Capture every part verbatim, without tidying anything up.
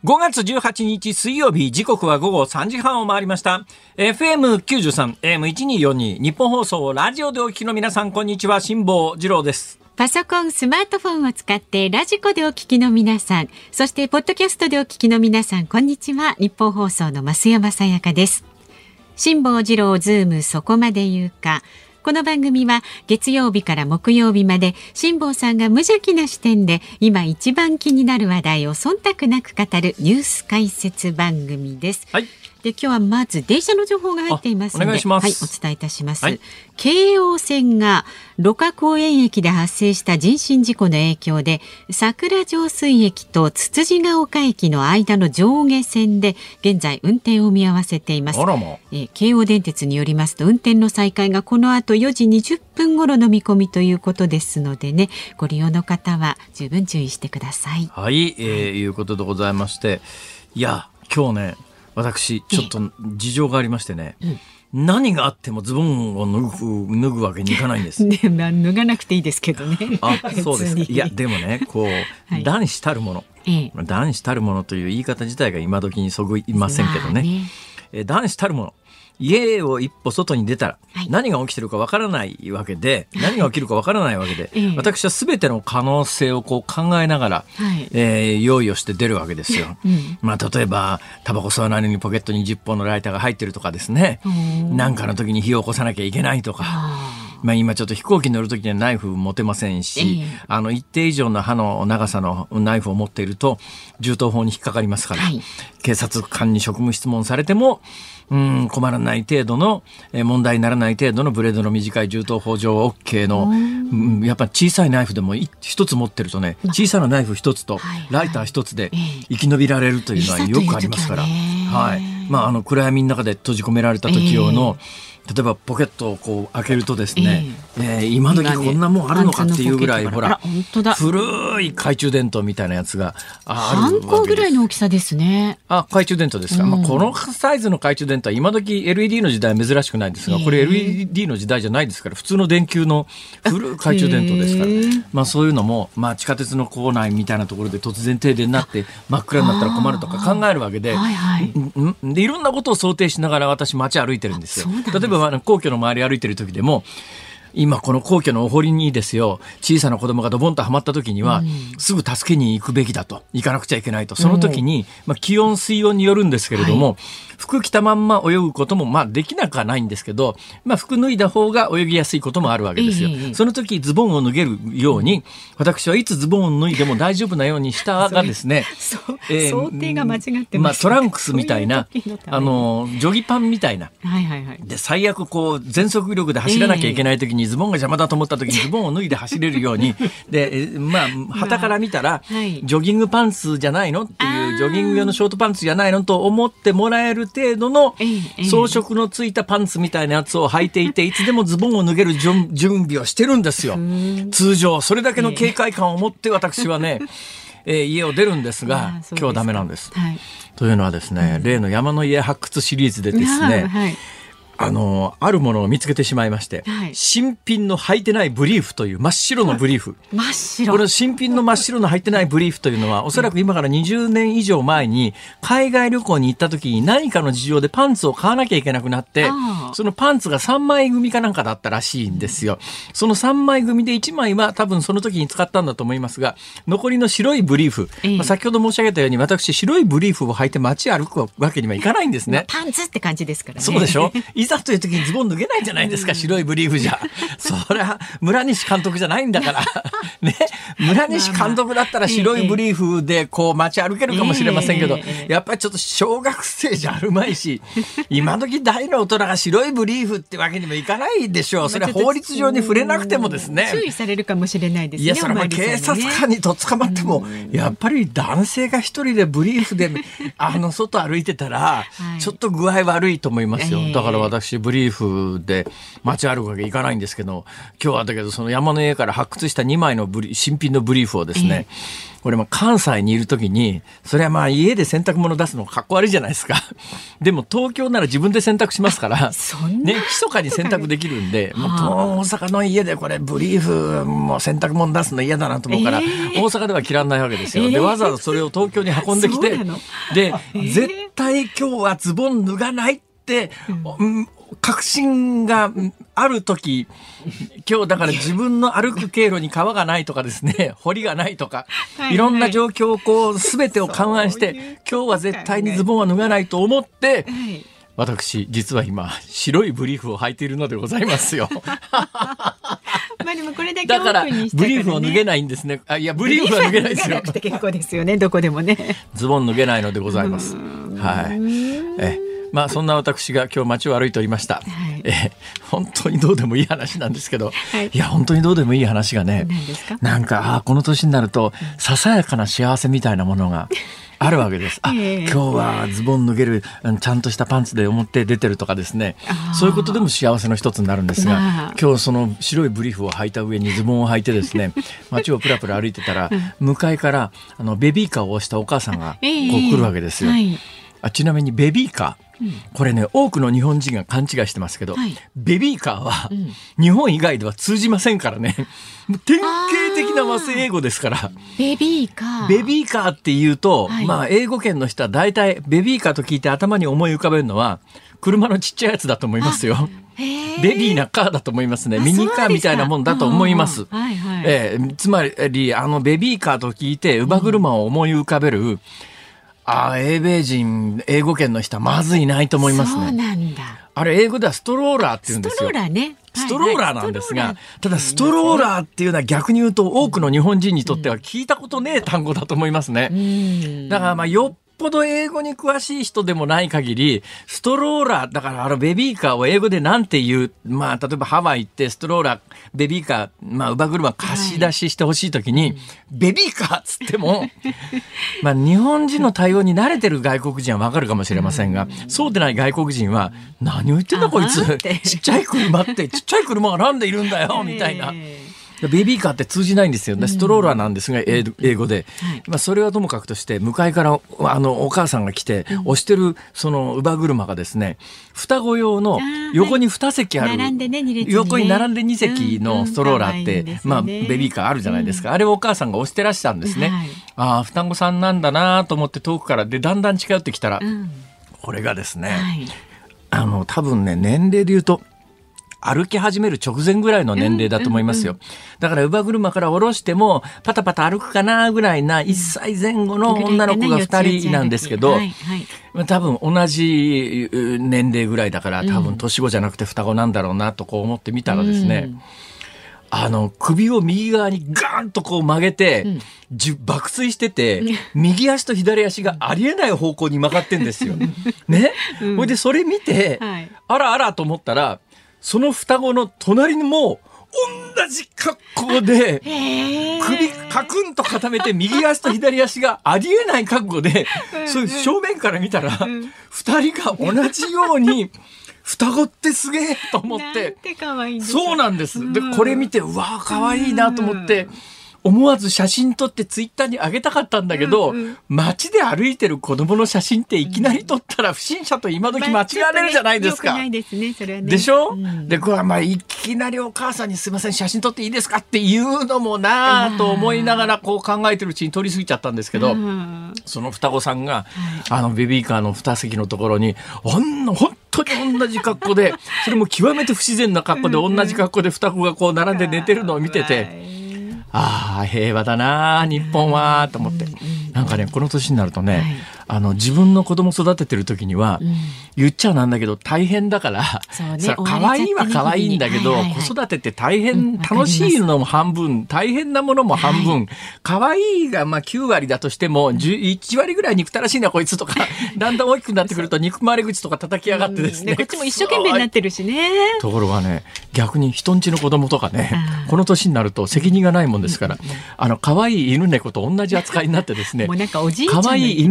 ごがつじゅうはちにち水曜日、時刻は午後さんじはんを回りました。エフエムきゅうじゅうさん、エーエムせんにひゃくよんじゅうに、日本放送ラジオでお聞きの皆さん、こんにちは。辛坊治郎です。 パソコン、スマートフォンを使ってラジコでお聞きの皆さん、そしてポッドキャストでお聞きの皆さん、こんにちは。日本放送の増山さやかです。辛坊治郎ズームそこまで言うか。この番組は月曜日から木曜日まで辛坊さんが無邪気な視点で今一番気になる話題を忖度なく語るニュース解説番組です。 はい。 で今日はまず電車の情報が入っていますので、 お願いします。 はい、お伝えいたします。はい、京王線が芦花公園駅で発生した人身事故の影響で桜上水駅とつつじが丘駅の間の上下線で現在運転を見合わせています。 あらま。 えー、京王電鉄によりますと運転の再開がこの後よじにじゅっぷん頃の見込みということですのでね、ご利用の方は十分注意してください。 はい、えー、いうことでございまして、いや今日ね、私ちょっと事情がありましてね、うん、何があってもズボンを脱ぐ、脱ぐわけにいかないんです、 ね、まあ、脱がなくていいですけどね。 あ、そうですか。いやでもね、こう、はい、男子たるもの、ええ、男子たるものという言い方自体が今時にそぐいませんけどね、まあね、え男子たるもの、家を一歩外に出たら何が起きてるかわからないわけで、はい、何が起きるかわからないわけで、はい、私は全ての可能性をこう考えながら、はい、えー、用意をして出るわけですよ、うん、まあ、例えばタバコ吸わないのにポケットにじゅっぽんのライターが入ってるとかですね、なんかの時に火を起こさなきゃいけないとか、まあ、今ちょっと飛行機に乗るときにはナイフ持てませんし、えー、あの一定以上の刃の長さのナイフを持っていると銃刀法に引っかかりますから、はい、警察官に職務質問されてもうん困らない程度の、えー、問題にならない程度のブレードの短い銃刀法上 OK の、うん、やっぱり小さいナイフでも一つ持ってるとね、小さなナイフ一つとライター一つで生き延びられるというのはよくありますから、はい、まあ、あの暗闇の中で閉じ込められた時用の、えー例えばポケットをこう開けるとですね、えーえー、今時こんなもんあるのかっていうぐらい、ほら古い懐中電灯みたいなやつがあるわけです。 半個ぐらいの大きさですね。 あ、懐中電灯ですか、うん、まあ、このサイズの懐中電灯は今時 エルイーディー の時代は珍しくないんですが、これ エルイーディー の時代じゃないですから、普通の電球の古い懐中電灯ですから、まあ、そういうのも、まあ、地下鉄の構内みたいなところで突然停電になって真っ暗になったら困るとか考えるわけで、はいはい、でいろんなことを想定しながら私街歩いてるんですよ。例えば皇居の周り歩いてる時でも、今この皇居のお堀にですよ、小さな子供がドボンとはまった時には、うん、すぐ助けに行くべきだと、行かなくちゃいけないと、その時に、まあ、気温水温によるんですけれども、はい、服着たまんま泳ぐこともまあできなくはないんですけど、まあ、服脱いだ方が泳ぎやすいこともあるわけですよ、えー、その時ズボンを脱げるように、私はいつズボンを脱いでも大丈夫なようにしたがですねえー、想定が間違ってます、 まあ、トランクスみたいな、あのジョギパンみたいな、 はいはいはい、 で最悪こう全速力で走らなきゃいけない時に、ズボンが邪魔だと思った時にズボンを脱いで走れるようにで、まあ傍から見たら、はい、ジョギングパンツじゃないのっていう、ジョギング用のショートパンツじゃないのと思ってもらえる程度の装飾のついたパンツみたいなやつを履いていて、いつでもズボンを脱げる準備をしてるんですよ。通常それだけの警戒感を持って私はね、えー、家を出るんですが、今日はダメなんです、はい、というのはですね、うん、例の山の家発掘シリーズでですね、はい、あのあるものを見つけてしまいまして、はい、新品の履いてないブリーフという真っ白のブリーフ、 真っ白、 これ新品の真っ白の履いてないブリーフというのは、おそらく今からにじゅうねん以上前に海外旅行に行った時に何かの事情でパンツを買わなきゃいけなくなって、そのパンツがさんまい組かなんかだったらしいんですよ。そのさんまい組でいちまいは多分その時に使ったんだと思いますが、残りの白いブリーフ、ええ、まあ、先ほど申し上げたように私白いブリーフを履いて街歩くわけにはいかないんですね。 パンツって感じですからね。 そうでしょ。いざという時にズボン脱げないじゃないですか、白いブリーフじゃ。そりゃ村西監督じゃないんだからね、村西監督だったら白いブリーフでこう街歩けるかもしれませんけど、やっぱりちょっと小学生じゃあるまいし、今時大の大人が白いブリーフってわけにもいかないでしょう。それは法律上に触れなくてもですね、 注意されるかもしれないですね。 いや、それは警察官にとっ捕まっても、やっぱり男性が一人でブリーフであの外歩いてたら、ちょっと具合悪いと思いますよ。だから私ブリーフで街歩くわけいかないんですけど、今日はだけどその山の家から発掘したにまいのブリ新品のブリーフをですね、えー、これも関西にいる時に、それはまあ家で洗濯物出すのかっこ悪いじゃないですか。でも東京なら自分で洗濯しますからね、密かに洗濯できるんで、もう大阪の家でこれブリーフも洗濯物出すの嫌だなと思うから、えー、大阪では着らんないわけですよ。でわざわざそれを東京に運んできて、で、えー、絶対今日はズボン脱がないって、うん、確信がある時、今日だから自分の歩く経路に川がないとかですね、堀がないとか、いろんな状況をこう全てを勘案して、今日は絶対にズボンは脱がないと思って、私実は今白いブリーフを履いているのでございますよ。 まあでもこれだけだからブリーフを脱げないんですね。あ、いやブリーフは脱げないですよ。 脱げなくて結構ですよね、どこでもね。 ズボン脱げないのでございます。はい。えまあそんな私が今日街を歩いておりました。はい、え本当にどうでもいい話なんですけど、はい、いや本当にどうでもいい話がね、 何ですか？ なんかあこの年になると、うん、ささやかな幸せみたいなものがあるわけです。あ、えー、今日はズボン脱げるちゃんとしたパンツで表出てるとかですね、そういうことでも幸せの一つになるんですが、今日その白いブリーフを履いた上にズボンを履いてですね、街をプラプラ歩いてたら、うん、向かいからあのベビーカーを押したお母さんがこう来るわけですよ。えーはい、あちなみにベビーカー、うん、これね多くの日本人が勘違いしてますけど、はい、ベビーカーは、うん、日本以外では通じませんからね。典型的な和製英語ですから。 ベビーカーベビーカーって言うと、はい、まあ英語圏の人は大体ベビーカーと聞いて頭に思い浮かべるのは車のちっちゃいやつだと思いますよ。ベビーなカーだと思いますね。ミニカーみたいなもんだと思います。はいはい、えー、つまりあのベビーカーと聞いて乳母車を思い浮かべる、うん、あ英米人英語圏の人はまずいないと思いますね。 そうなんだ。 あれ英語ではストローラーって言うんですよ。 ストローラーね。 ストローラーなんですが、はいはい、ただストローラーっていうのは逆に言うと多くの日本人にとっては聞いたことねえ単語だと思いますね。うん、だからまあよっぽど英語に詳しい人でもない限り、ストローラーだからあのベビーカーを英語でなんて言う、まあ例えばハワイ行ってストローラーベビーカー、まあ乳母車貸し出ししてほしいときに、はい、ベビーカーっつってもまあ日本人の対応に慣れてる外国人はわかるかもしれませんが、うん、そうでない外国人は何を言ってんだこいつ、ちっちゃい車ってちっちゃい車がなんでいるんだよみたいな。ベビーカーって通じないんですよね。ストローラーなんですが、英語で、はい、まあ、それはともかくとして向かいからあのお母さんが来て、うん、押してるその乳母車がですね、双子用の横にに席ある、 並んでね、ね、 横に並んでに席のストローラーって、うんうん、まあ、ベビーカーあるじゃないですか、うん、あれをお母さんが押してらしたんですね、はい、ああ双子さんなんだなと思って遠くからでだんだん近寄ってきたら、うん、これがですね、はい、あの多分ね年齢で言うと歩き始める直前ぐらいの年齢だと思いますよ。うんうんうん、だから乳母車から下ろしてもパタパタ歩くかなぐらいないっさいぜん後の女の子がふたりなんですけど、はいはい、多分同じ年齢ぐらいだから多分年子じゃなくて双子なんだろうなとこう思ってみたらですね、うん、あの首を右側にガーンとこう曲げて、うん、爆睡してて右足と左足がありえない方向に曲がってんですよ。ね、うん、ほいでそれ見て、はい、あらあらと思ったらその双子の隣にも同じ格好で首カクンと固めて右足と左足がありえない覚悟でそういう正面から見たら二人が同じように双子ってすげえと思ってなんて可愛いんですそうなんです。でこれ見てうわ可愛いなと思って思わず写真撮ってツイッターに上げたかったんだけど、うんうん、街で歩いてる子供の写真っていきなり撮ったら不審者と今時間違われるじゃないですか。 まあ、ちょっとね、良くないですね、それはね。 でしょ、 うん、 でこれはまあいきなりお母さんにすいません写真撮っていいですかっていうのもなぁと思いながらこう考えてるうちに撮り過ぎちゃったんですけど、うん、その双子さんが、はい、あのベビーカーのに席のところにほんの本当に同じ格好でそれも極めて不自然な格好で同じ格好で双子がこう並んで寝てるのを見ててああ平和だな日本はと思って、なんかねこの年になるとね、はい、あの自分の子供育ててる時には、うん、言っちゃなんだけど大変だからそう、ね、可愛いは可愛いんだけど、はいはいはい、子育てって大変、うん、楽しいのも半分大変なものも半分、はい、可愛いがまあきゅう割だとしてもいち割ぐらい憎たらしいなこいつとかだんだん大きくなってくると憎まれ口とか叩きやがってですね、 うん、こっちも一生懸命になってるしね。 ところがね逆に人んちの子供とかねこの年になると責任がないもんですから、うん、あの可愛い犬猫と同じ扱いになってですねもうなんかおじいちゃん可愛い犬猫って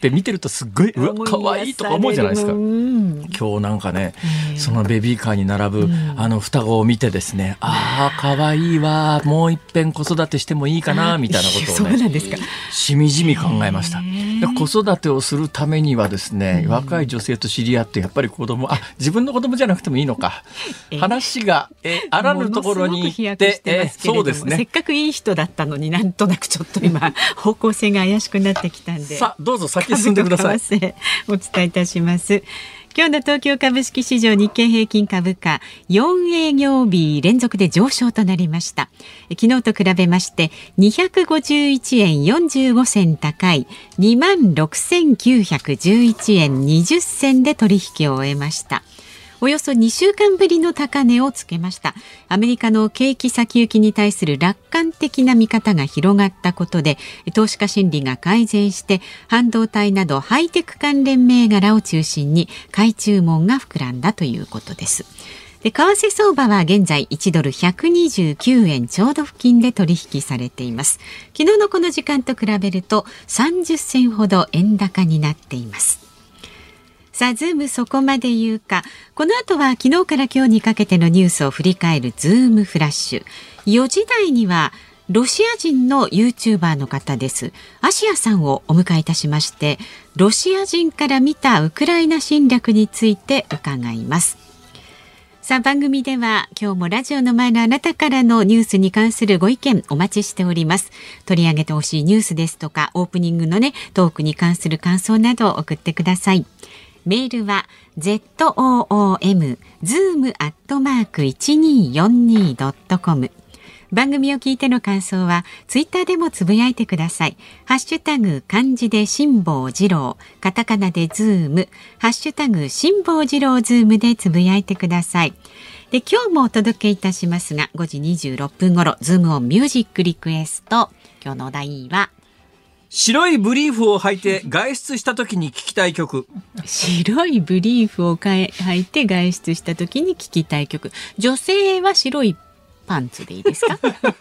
って見てるとすっごいうわ可愛いとか思うじゃないですか。今日なんかね、そのベビーカーに並ぶあの双子を見てですね、ああ可愛いわ、もう一遍子育てしてもいいかなみたいなことをね、 そうなんですか。 しみじみ考えました。で子育てをするためにはですね、若い女性と知り合ってやっぱり子供、あ自分の子供じゃなくてもいいのか、話がえあらぬところに行ってえそうですね、 せっかくいい人だったのになんとなくちょっと今方向性が怪しくなってきたんで、 さあどうぞ先進んでください。 お伝えいたします。今日の東京株式市場日経平均株価よん営業日連続で上昇となりました。昨日と比べましてにひゃくごじゅういちえんよんじゅうご銭高い にまんろくせんきゅうひゃくじゅういちえんにじゅっ銭で取引を終えました。およそにしゅうかんぶりの高値をつけました。アメリカの景気先行きに対する楽観的な見方が広がったことで、投資家心理が改善して半導体などハイテク関連銘柄を中心に買い注文が膨らんだということです。で、為替相場は現在いちドルひゃくにじゅうきゅうえんちょうど付近で取引されています。昨日のこの時間と比べるとさんじゅっ銭ほど円高になっています。さあズームそこまで言うか。この後は昨日から今日にかけてのニュースを振り返るズームフラッシュ。よじ台にはロシア人の ユーチューバー の方です。アシアさんをお迎えいたしまして、ロシア人から見たウクライナ侵略について伺います。さあ番組では今日もラジオの前のあなたからのニュースに関するご意見お待ちしております。取り上げてほしいニュースですとかオープニングのねトークに関する感想などを送ってください。メールは ズーム ズーム アットマーク いちにーよんにー ドットコム。番組を聞いての感想はツイッターでもつぶやいてください。ハッシュタグ漢字で辛坊治郎、カタカナでズーム、ハッシュタグ辛坊治郎ズームでつぶやいてください。で今日もお届けいたしますがごじにじゅうろっぷん頃ズームオンミュージックリクエスト。今日のお題は白いブリーフを履いて外出した時に聞きたい曲。 白いブリーフを履いて外出した時に聞きたい曲。女性は白いパンツでいいですか？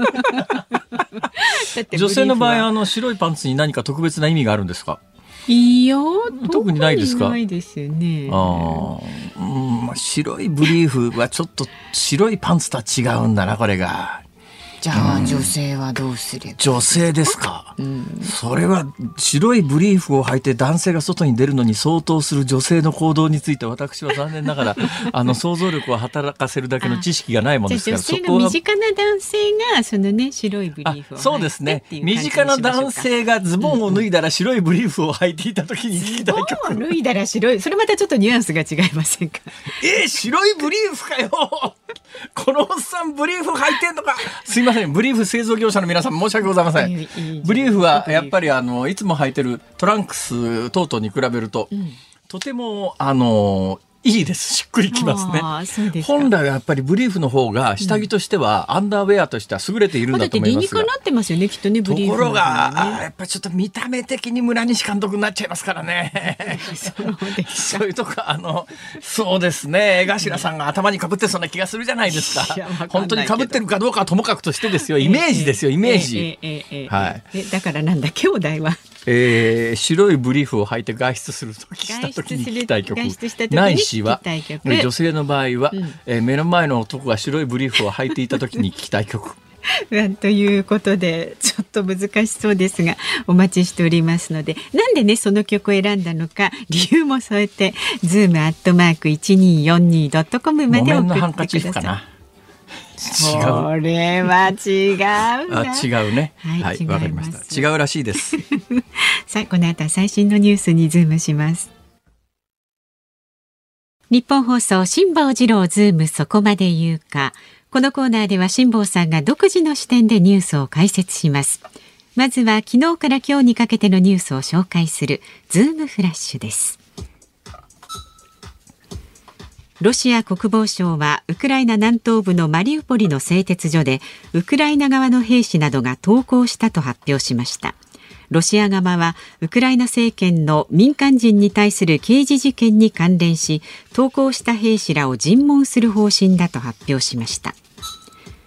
女性の場合あの白いパンツに何か特別な意味があるんですか？ いや特にないですか？ ないですよね。 あ、うんまあ、白いブリーフはちょっと白いパンツとは違うんだなこれが。 じゃあ、うん、女性はどうすれば？ 女性ですか、うん、それは白いブリーフを履いて男性が外に出るのに相当する女性の行動について私は残念ながらあの想像力を働かせるだけの知識がないものですから、 女性が身近な男性がそのね白いブリーフを履いてそうですね、身近な男性がズボンを脱いだら白いブリーフを履いていた時に聞きたい曲。 ズボンを脱いだら白い、それまたちょっとニュアンスが違いませんか？ えー、白いブリーフかよこのおっさんブリーフ履いてんのか。すいません、ブリーフ製造業者の皆さん申し訳ございません。ブリーフはやっぱりあのいつも履いてるトランクス等々に比べると、うん、とてもあのいいです。しっくりきますね。 あ、そうですか。 本来はやっぱりブリーフの方が下着としては、うん、アンダーウェアとしては優れているんだと思いますが、 だって理にかなってますよね、きっとね。ブリーフ、ね、 ところがやっぱりちょっと見た目的に村西監督になっちゃいますからねそうですか。そういうとこあのそうですね、江頭さんが頭にかぶってそうな気がするじゃないですか。本当にかぶってるかどうかはともかくとしてですよ、イメージですよ、イメージ。 だからなんだ兄弟はえー、白いブリーフを履いて外出するときしたときに聞きたい曲。ないしは女性の場合は、うんえー、目の前の男が白いブリーフを履いていたときに聞きたい曲ということでちょっと難しそうですがお待ちしておりますので、なんでねその曲を選んだのか理由も添えて ズーム アットマーク いちにーよんにー ドットコム まで送ってください。木綿のハンカチーフかな。違う。これは違うな。 あ、違うね。はい、わ、はい、かりました。違うらしいです。 さあ、この後は最新のニュースにズームします。日本放送辛坊治郎ズームそこまで言うか。このコーナーでは辛坊さんが独自の視点でニュースを解説します。まずは昨日から今日にかけてのニュースを紹介するズームフラッシュです。ロシア国防省はウクライナ南東部のマリウポリの製鉄所でウクライナ側の兵士などが投降したと発表しました。ロシア側はウクライナ政権の民間人に対する刑事事件に関連し投降した兵士らを尋問する方針だと発表しました。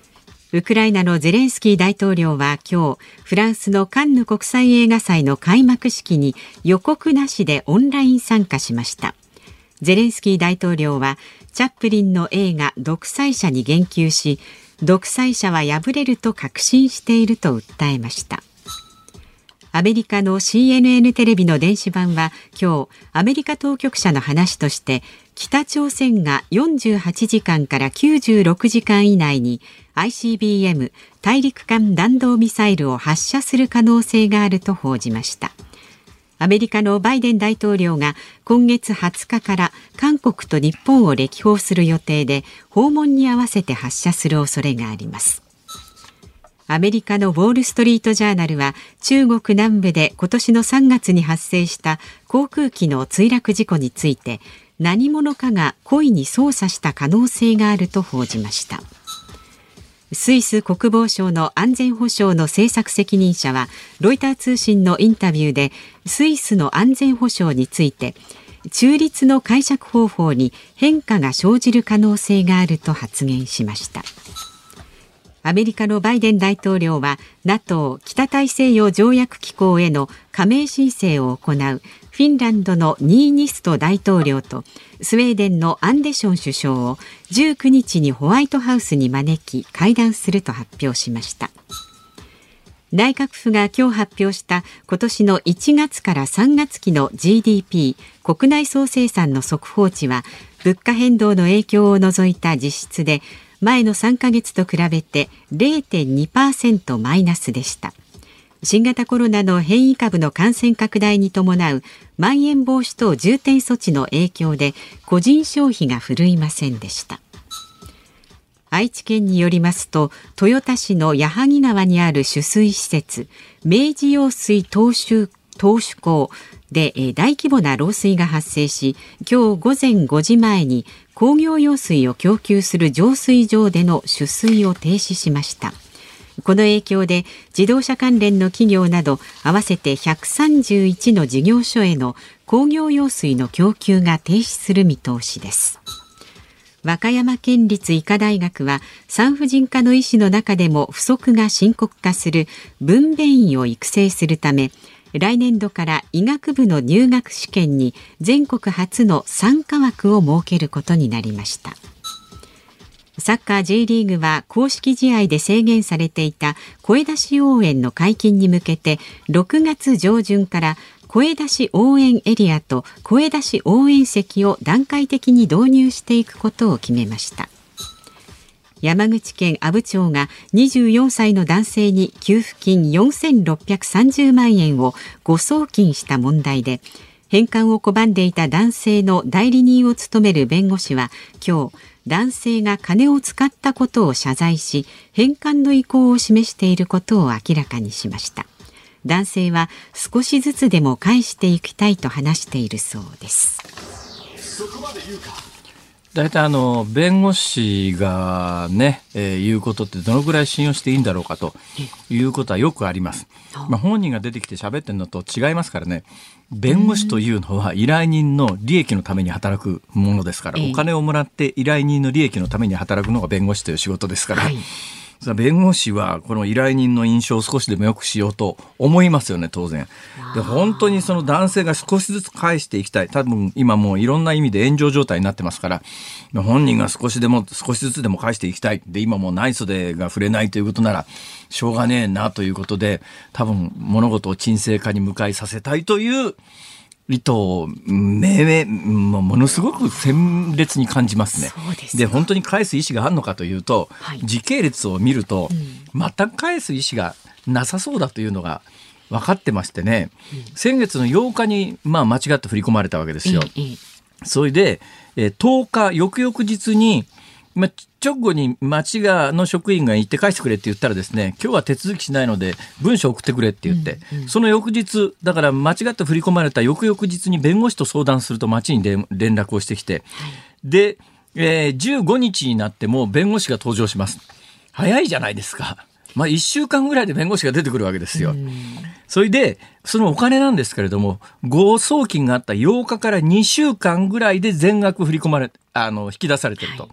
ウクライナのゼレンスキー大統領は今日、フランスのカンヌ国際映画祭の開幕式に予告なしでオンライン参加しました。ゼレンスキー大統領はチャップリンの映画独裁者に言及し、独裁者は敗れると確信していると訴えました。アメリカの シーエヌエヌ テレビの電子版は今日、アメリカ当局者の話として、北朝鮮がよんじゅうはちじかんからきゅうじゅうろくじかん以内に アイシービーエム 大陸間弾道ミサイルを発射する可能性があると報じました。アメリカのバイデン大統領が今月はつかから韓国と日本を歴訪する予定で、訪問に合わせて発射する恐れがあります。アメリカのウォールストリートジャーナルは、中国南部で今年のさんがつに発生した航空機の墜落事故について、何者かが故意に操作した可能性があると報じました。スイス国防省の安全保障の政策責任者は、ロイター通信のインタビューで、スイスの安全保障について、中立の解釈方法に変化が生じる可能性があると発言しました。アメリカのバイデン大統領は ナトー 北大西洋条約機構への加盟申請を行うフィンランドのニーニスト大統領とスウェーデンのアンデション首相をじゅうくにちにホワイトハウスに招き会談すると発表しました。内閣府が今日発表した今年のいちがつからさんがつ期の ジーディーピー 国内総生産の速報値は、物価変動の影響を除いた実質で前のさんかげつと比べて れいてんにパーセント マイナスでした。新型コロナの変異株の感染拡大に伴うまん延防止等重点措置の影響で個人消費が振るいませんでした。愛知県によりますと、豊田市の矢作川にある取水施設、明治用水投手投手港で大規模な漏水が発生し、今日午前ごじまえに工業用水を供給する浄水場での取水を停止しました。この影響で自動車関連の企業など合わせてひゃくさんじゅういちの事業所への工業用水の供給が停止する見通しです。和歌山県立医科大学は産婦人科の医師の中でも不足が深刻化する分娩医を育成するため、来年度から医学部の入学試験に全国初の参加枠を設けることになりました。サッカー J リーグは公式試合で制限されていた声出し応援の解禁に向けて、ろくがつ上旬から声出し応援エリアと声出し応援席を段階的に導入していくことを決めました。山口県阿武町がにじゅうよんさいの男性に給付金よんせんろっぴゃくさんじゅうまんえんを誤送金した問題で、返還を拒んでいた男性の代理人を務める弁護士は今日、男性が金を使ったことを謝罪し、返還の意向を示していることを明らかにしました。男性は少しずつでも返していきたいと話しているそうです。 そこまで言うか。大体あの弁護士がね、えー、言うことってどのぐらい信用していいんだろうかということはよくあります。まあ、本人が出てきて喋ってるのと違いますからね。弁護士というのは依頼人の利益のために働くものですから、お金をもらって依頼人の利益のために働くのが弁護士という仕事ですから、はい、弁護士はこの依頼人の印象を少しでも良くしようと思いますよね、当然。で、本当にその男性が少しずつ返していきたい。多分今もういろんな意味で炎上状態になってますから、本人が少しでも少しずつでも返していきたい。で、今もう内袖が触れないということならしょうがねえなということで、多分物事を沈静化に向かいさせたいという意図をめめものすごく鮮烈に感じますね。そうです。で、本当に返す意思があるのかというと、はい、時系列を見ると、うん、全く返す意思がなさそうだというのが分かってましてね、うん、先月のようかに、まあ、間違って振り込まれたわけですよ。うんうん、それで、えー、とおか翌々日に、まあ、直後に町がの職員が行って返してくれって言ったらですね、今日は手続きしないので文書送ってくれって言って、うんうん、その翌日だから間違って振り込まれた翌々日に弁護士と相談すると町に連絡をしてきて、はい、で、えー、じゅうごにちになっても弁護士が登場します。早いじゃないですか。まあ、いっしゅうかんぐらいで弁護士が出てくるわけですよ。うん、それでそのお金なんですけれども、誤送金があったようかからにしゅうかんぐらいで全額振り込まれあの引き出されてると。はい。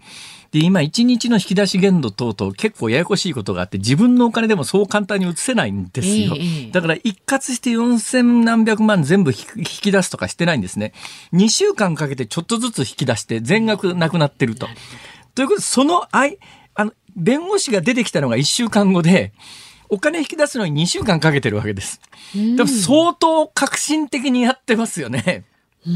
で今いちにちの引き出し限度等々結構ややこしいことがあって、自分のお金でもそう簡単に移せないんですよ、えー、だから一括してよんせんなんびゃくまん全部引き出すとかしてないんですね。にしゅうかんかけてちょっとずつ引き出して全額なくなってると。ということで、そのあいあの弁護士が出てきたのがいっしゅうかんごで、お金引き出すのににしゅうかんかけてるわけです。でも相当革新的にやってますよね。うん、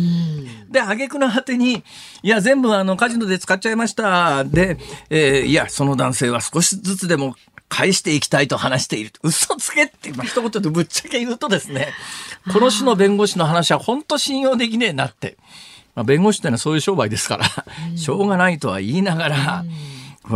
で挙句の果てに、いや全部あのカジノで使っちゃいましたで、えー、いやその男性は少しずつでも返していきたいと話している。嘘つけって、まあ、一言でぶっちゃけ言うとですね、この種の弁護士の話は本当信用できねえなって、まあ、弁護士ってのはそういう商売ですから、うん、しょうがないとは言いながら、うん、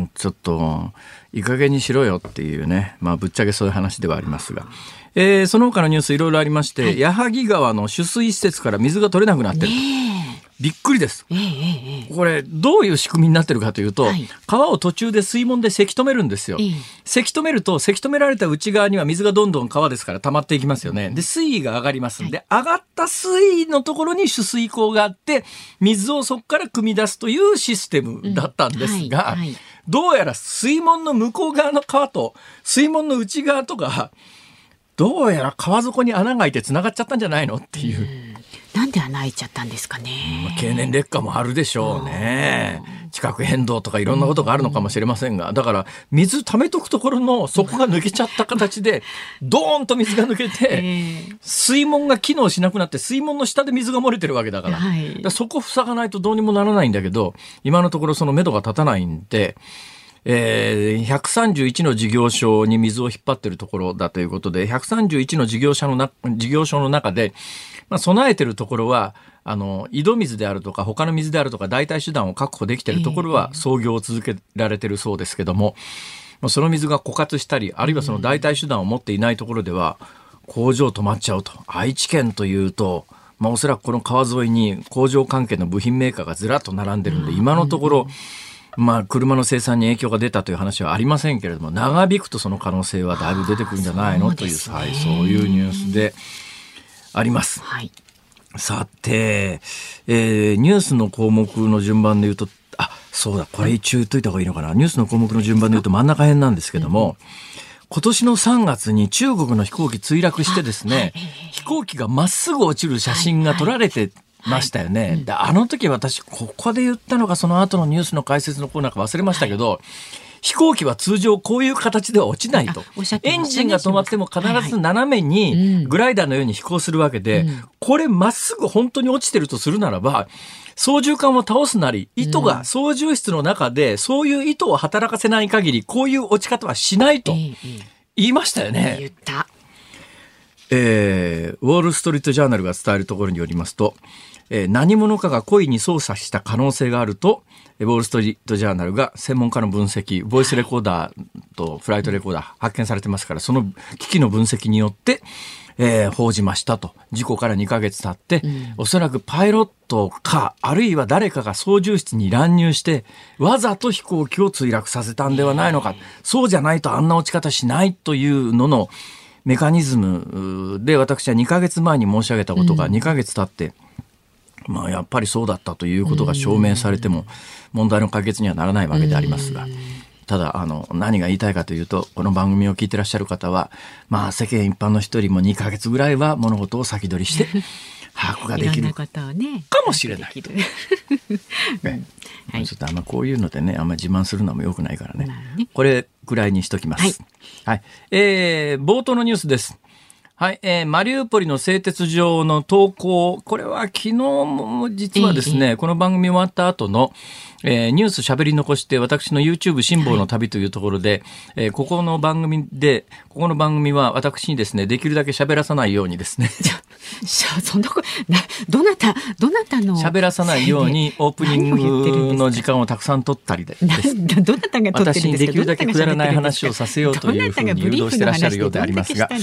ちょっといい加減にしろよっていうね、まあ、ぶっちゃけそういう話ではありますが、えー、その他のニュースいろいろありまして、はい、矢作川の取水施設から水が取れなくなってる、ね、びっくりです、えー、これどういう仕組みになってるかというと、はい、川を途中で水門でせき止めるんですよ、えー、せき止めるとせき止められた内側には水がどんどん川ですから溜まっていきますよね。で水位が上がりますんで、はい、上がった水位のところに取水口があって水をそこから汲み出すというシステムだったんですが、うんはいはい、どうやら水門の向こう側の川と水門の内側とかどうやら川底に穴が開いて繋がっちゃったんじゃないのっていう、うん、 なんで穴開いちゃったんですかね。 経年劣化もあるでしょうね。地殻変動とかいろんなことがあるのかもしれませんが、だから水溜めとくところの底が抜けちゃった形でドーンと水が抜けて水門が機能しなくなって水門の下で水が漏れてるわけだから、はい、だからそこ塞がないとどうにもならないんだけど、今のところその目処が立たないんで、えー、ひゃくさんじゅういちの事業所に水を引っ張っているところだということで、ひゃくさんじゅういちの事業者のな事業所の中で、まあ、備えているところはあの井戸水であるとか他の水であるとか代替手段を確保できているところは操業を続けられているそうですけども、まあ、その水が枯渇したりあるいはその代替手段を持っていないところでは工場止まっちゃうと。愛知県というと、まあ、おそらくこの川沿いに工場関係の部品メーカーがずらっと並んでるんで、今のところまあ、車の生産に影響が出たという話はありませんけれども、長引くとその可能性はだいぶ出てくるんじゃないのという、そうはい、そういうニュースであります、はい、さて、えー、ニュースの項目の順番で言うと、あ、そうだ、これ一応言っといた方がいいのかな。ニュースの項目の順番で言うと真ん中辺なんですけども、うん、今年のさんがつに中国の飛行機墜落してですね、飛行機がまっすぐ落ちる写真が撮られてましたよね、はいはい、であの時私ここで言ったのがその後のニュースの解説のコーナーか忘れましたけど、はい、飛行機は通常こういう形では落ちないと、エンジンが止まっても必ず斜めにグライダーのように飛行するわけで、うん、これまっすぐ本当に落ちてるとするならば操縦桿を倒すなり糸が操縦室の中でそういう糸を働かせない限りこういう落ち方はしないと言いましたよね、言った、えー、ウォールストリートジャーナルが伝えるところによりますと、えー、何者かが故意に操作した可能性があるとウォールストリートジャーナルが専門家の分析、ボイスレコーダーとフライトレコーダー発見されてますから、その機器の分析によって、えー、報じましたと。事故からにかげつ経って、うん、おそらくパイロットかあるいは誰かが操縦室に乱入してわざと飛行機を墜落させたんではないのか、そうじゃないとあんな落ち方しないというののメカニズムで、私はにかげつまえに申し上げたことがにかげつ経って、うん、まあ、やっぱりそうだったということが証明されても問題の解決にはならないわけでありますが、ただあの何が言いたいかというと、この番組を聞いてらっしゃる方は、まあ、世間一般の人よりもにかげつぐらいは物事を先取りして把握ができるかもしれないと、ね、はい、ちょっとあんまこういうのでね、あんまり自慢するのも良くないからね、ね、これぐらいにしときます、はいはい、えー、冒頭のニュースです。はい、えー、マリウポリの製鉄所の投稿、これは昨日も実はですね、えー、この番組終わった後の、えー、ニュースしゃべり残して私の YouTube 辛坊の旅というところで、はい、えー、ここの番組でここの番組は私にですね、できるだけ喋らさないようにですねそんなことな、どなたどなたの喋らさないようにオープニングの時間をたくさん取ったりで、 どなたが取ってるんですか。 私にできるだけくだらない話をさせようというふうに誘導してらっしゃるようでありますが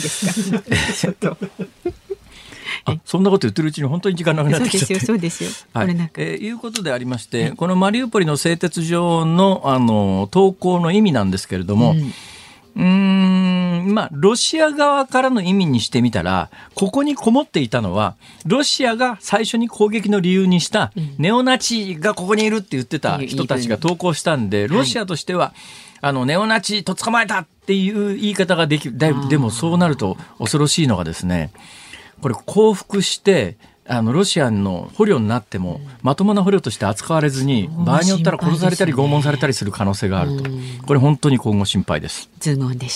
あ、そんなこと言ってるうちに本当に時間なくなってきちゃって、 そうですよ、そうですよ、 はい、これなんか、えー、いうことでありまして、はい、このマリウポリの製鉄所の、あの投稿の意味なんですけれども、うん、うーんんまあロシア側からの意味にしてみたら、ここにこもっていたのはロシアが最初に攻撃の理由にしたネオナチがここにいるって言ってた人たちが投稿したんで、ロシアとしてはあのネオナチと捕まえたっていう言い方ができる。だいぶでもそうなると恐ろしいのがですね、これ降伏してあのロシアの捕虜になってもまともな捕虜として扱われずに、場合によったら殺されたり拷問されたりする可能性があると。これ本当に今後心配です。 ズームオンでした。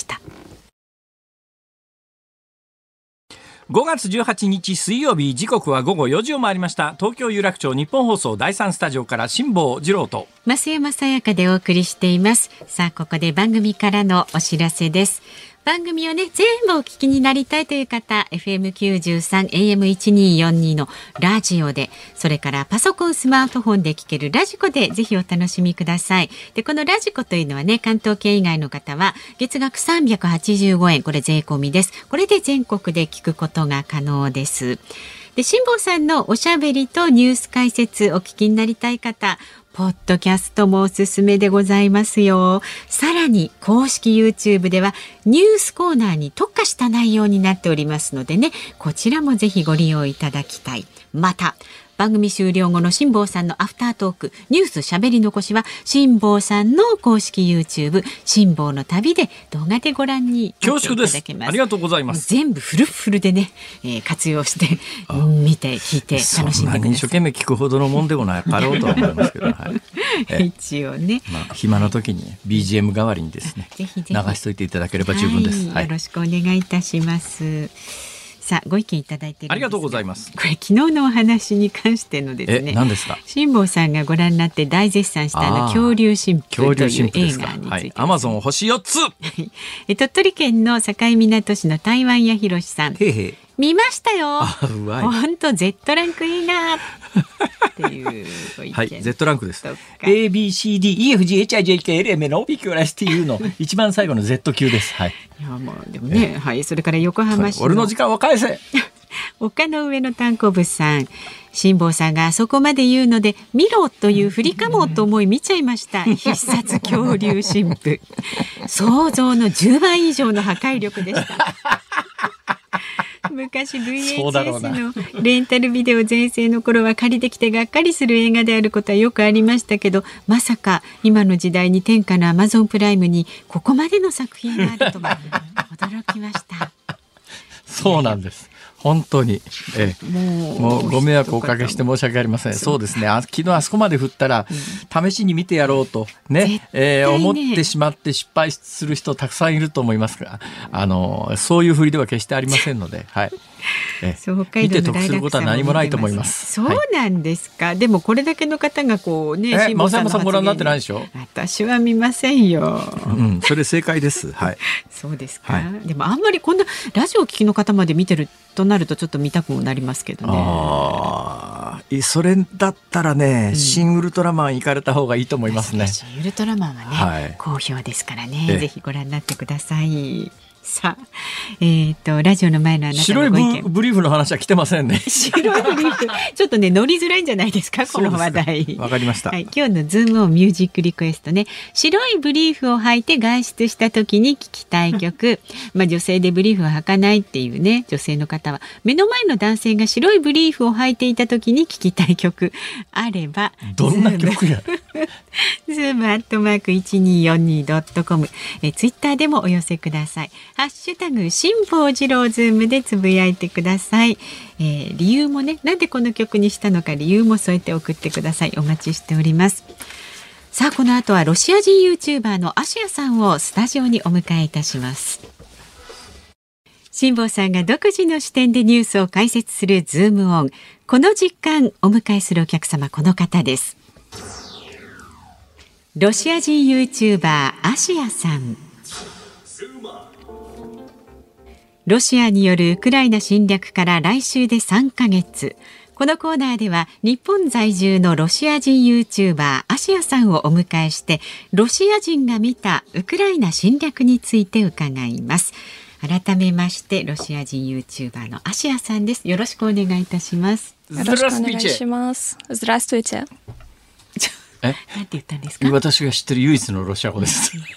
ごがつじゅうはちにち水曜日、時刻はごごよじを回りました。東京有楽町日本放送だいさんスタジオから辛坊治郎と増山さやかでお送りしています。さあ、ここで番組からのお知らせです。番組をね、全部お聞きになりたいという方、エフエムきゅうじゅうさん エーエムせんにひゃくよんじゅうに のラジオで、それからパソコンスマートフォンで聞けるラジコでぜひお楽しみください。で、このラジコというのはね、関東圏以外の方は月額さんびゃくはちじゅうごえん、これ税込みです。これで全国で聞くことが可能です。で、辛坊さんのおしゃべりとニュース解説お聞きになりたい方、ポッドキャストもおすすめでございますよ。さらに公式 YouTube ではニュースコーナーに特化した内容になっておりますのでね、こちらもぜひご利用いただきたい。また番組終了後の辛坊さんのアフタートークニュースしゃべり残しは辛坊さんの公式 YouTube 辛坊の旅で動画でご覧になっていただけます。 ありがとうございます。 全部フルフルでね、えー、活用して見て聞いて楽しんでください。 そんなに一生懸命聞くほどのもんでもないかろうとは思いますけど、はい、 一応ね、 まあ、暇の時に ビージーエム 代わりにですね、ぜひぜひ流しといていただければ十分です。 はいはい、よろしくお願いいたします。さあ、ご意見いただいているんですが、 ありがとうございます。 これ昨日のお話に関してのですね、 え、何ですか。 辛坊さんがご覧になって大絶賛したあの恐竜神父という映画について、 アマゾン星よっつ鳥取県の境港市の台湾屋ひろしさん、 へへ見ましたよ。 本当 Z ランクいいなっていうご意見。 はい、Z ランクです。エービーシーディーイーエフジーエイチアイジェイケーエルエムエヌオーピーキューアーエスティーユー の一番最後の Z 級です。はい。 いや、もうでもね、はい、それから横浜市の俺の時間を返せ。 丘の上の炭鉱物さん、辛坊さんがそこまで言うので見ろという振りかもと思い見ちゃいました。必殺恐竜神父、想像のじゅうばい以上の破壊力でした。昔 ブイエイチエス のレンタルビデオ全盛の頃は借りてきてがっかりする映画であることはよくありましたけど、まさか今の時代に天下のアマゾンプライムにここまでの作品があるとは驚きました。 そうなんです。本当に、ええ、もう、もうご迷惑をおかけして申し訳ありません。そうですね、あ昨日あそこまで振ったら、うん、試しに見てやろうとね、ねえー、思ってしまって失敗する人たくさんいると思いますが、あのそういう振りでは決してありませんので、はい、えー、見て得することは何もないと思います。 そうなんですか、はい、でもこれだけの方がこうね、 え増山さんご覧になってないでしょ。 私は見ませんよ、 うん、それ正解です。はい。 そうですか、はい、でもあんまりこんなラジオを聞きの方まで見てるとなるとちょっと見たくもなりますけどね。 あ、それだったらね、うん、新ウルトラマン行かれた方がいいと思いますね。 新ウルトラマンはね、はい、好評ですからね、ぜひご覧になってください。さあ、えー、とラジオの前のあなたのご意見。 白いブリーフの話は来てませんね。 白いブリーフちょっとね乗りづらいんじゃないですか、この話題。 わかりました、 はい、今日のズームオンミュージックリクエストね、白いブリーフを履いて外出した時に聴きたい曲まあ女性でブリーフを履かないっていうね女性の方は、目の前の男性が白いブリーフを履いていた時に聴きたい曲あれば、 どんな曲やズームアットマーク いちにーよんにードットコム、 えツイッターでもお寄せください。ハッシュタグ辛坊治郎ズームでつぶやいてください。えー、理由もね、なんでこの曲にしたのか理由も添えて送ってください。お待ちしております。さあ、この後はロシア人 YouTuber のアシアさんをスタジオにお迎えいたします。辛坊さんが独自の視点でニュースを解説するズームオン。この時間お迎えするお客様、この方です。ロシア人 YouTuber アシアさん。ロシアによるウクライナ侵略から来週でさんかげつ。このコーナーでは日本在住のロシア人 YouTuber アシアさんをお迎えして、ロシア人が見たウクライナ侵略について伺います。改めましてロシア人 YouTuber のアシアさんです。よろしくお願いいたします。 よろしくお願いします。Здравствуйте。 え、 なんて言ったんですか。 私が知ってる唯一のロシア語です。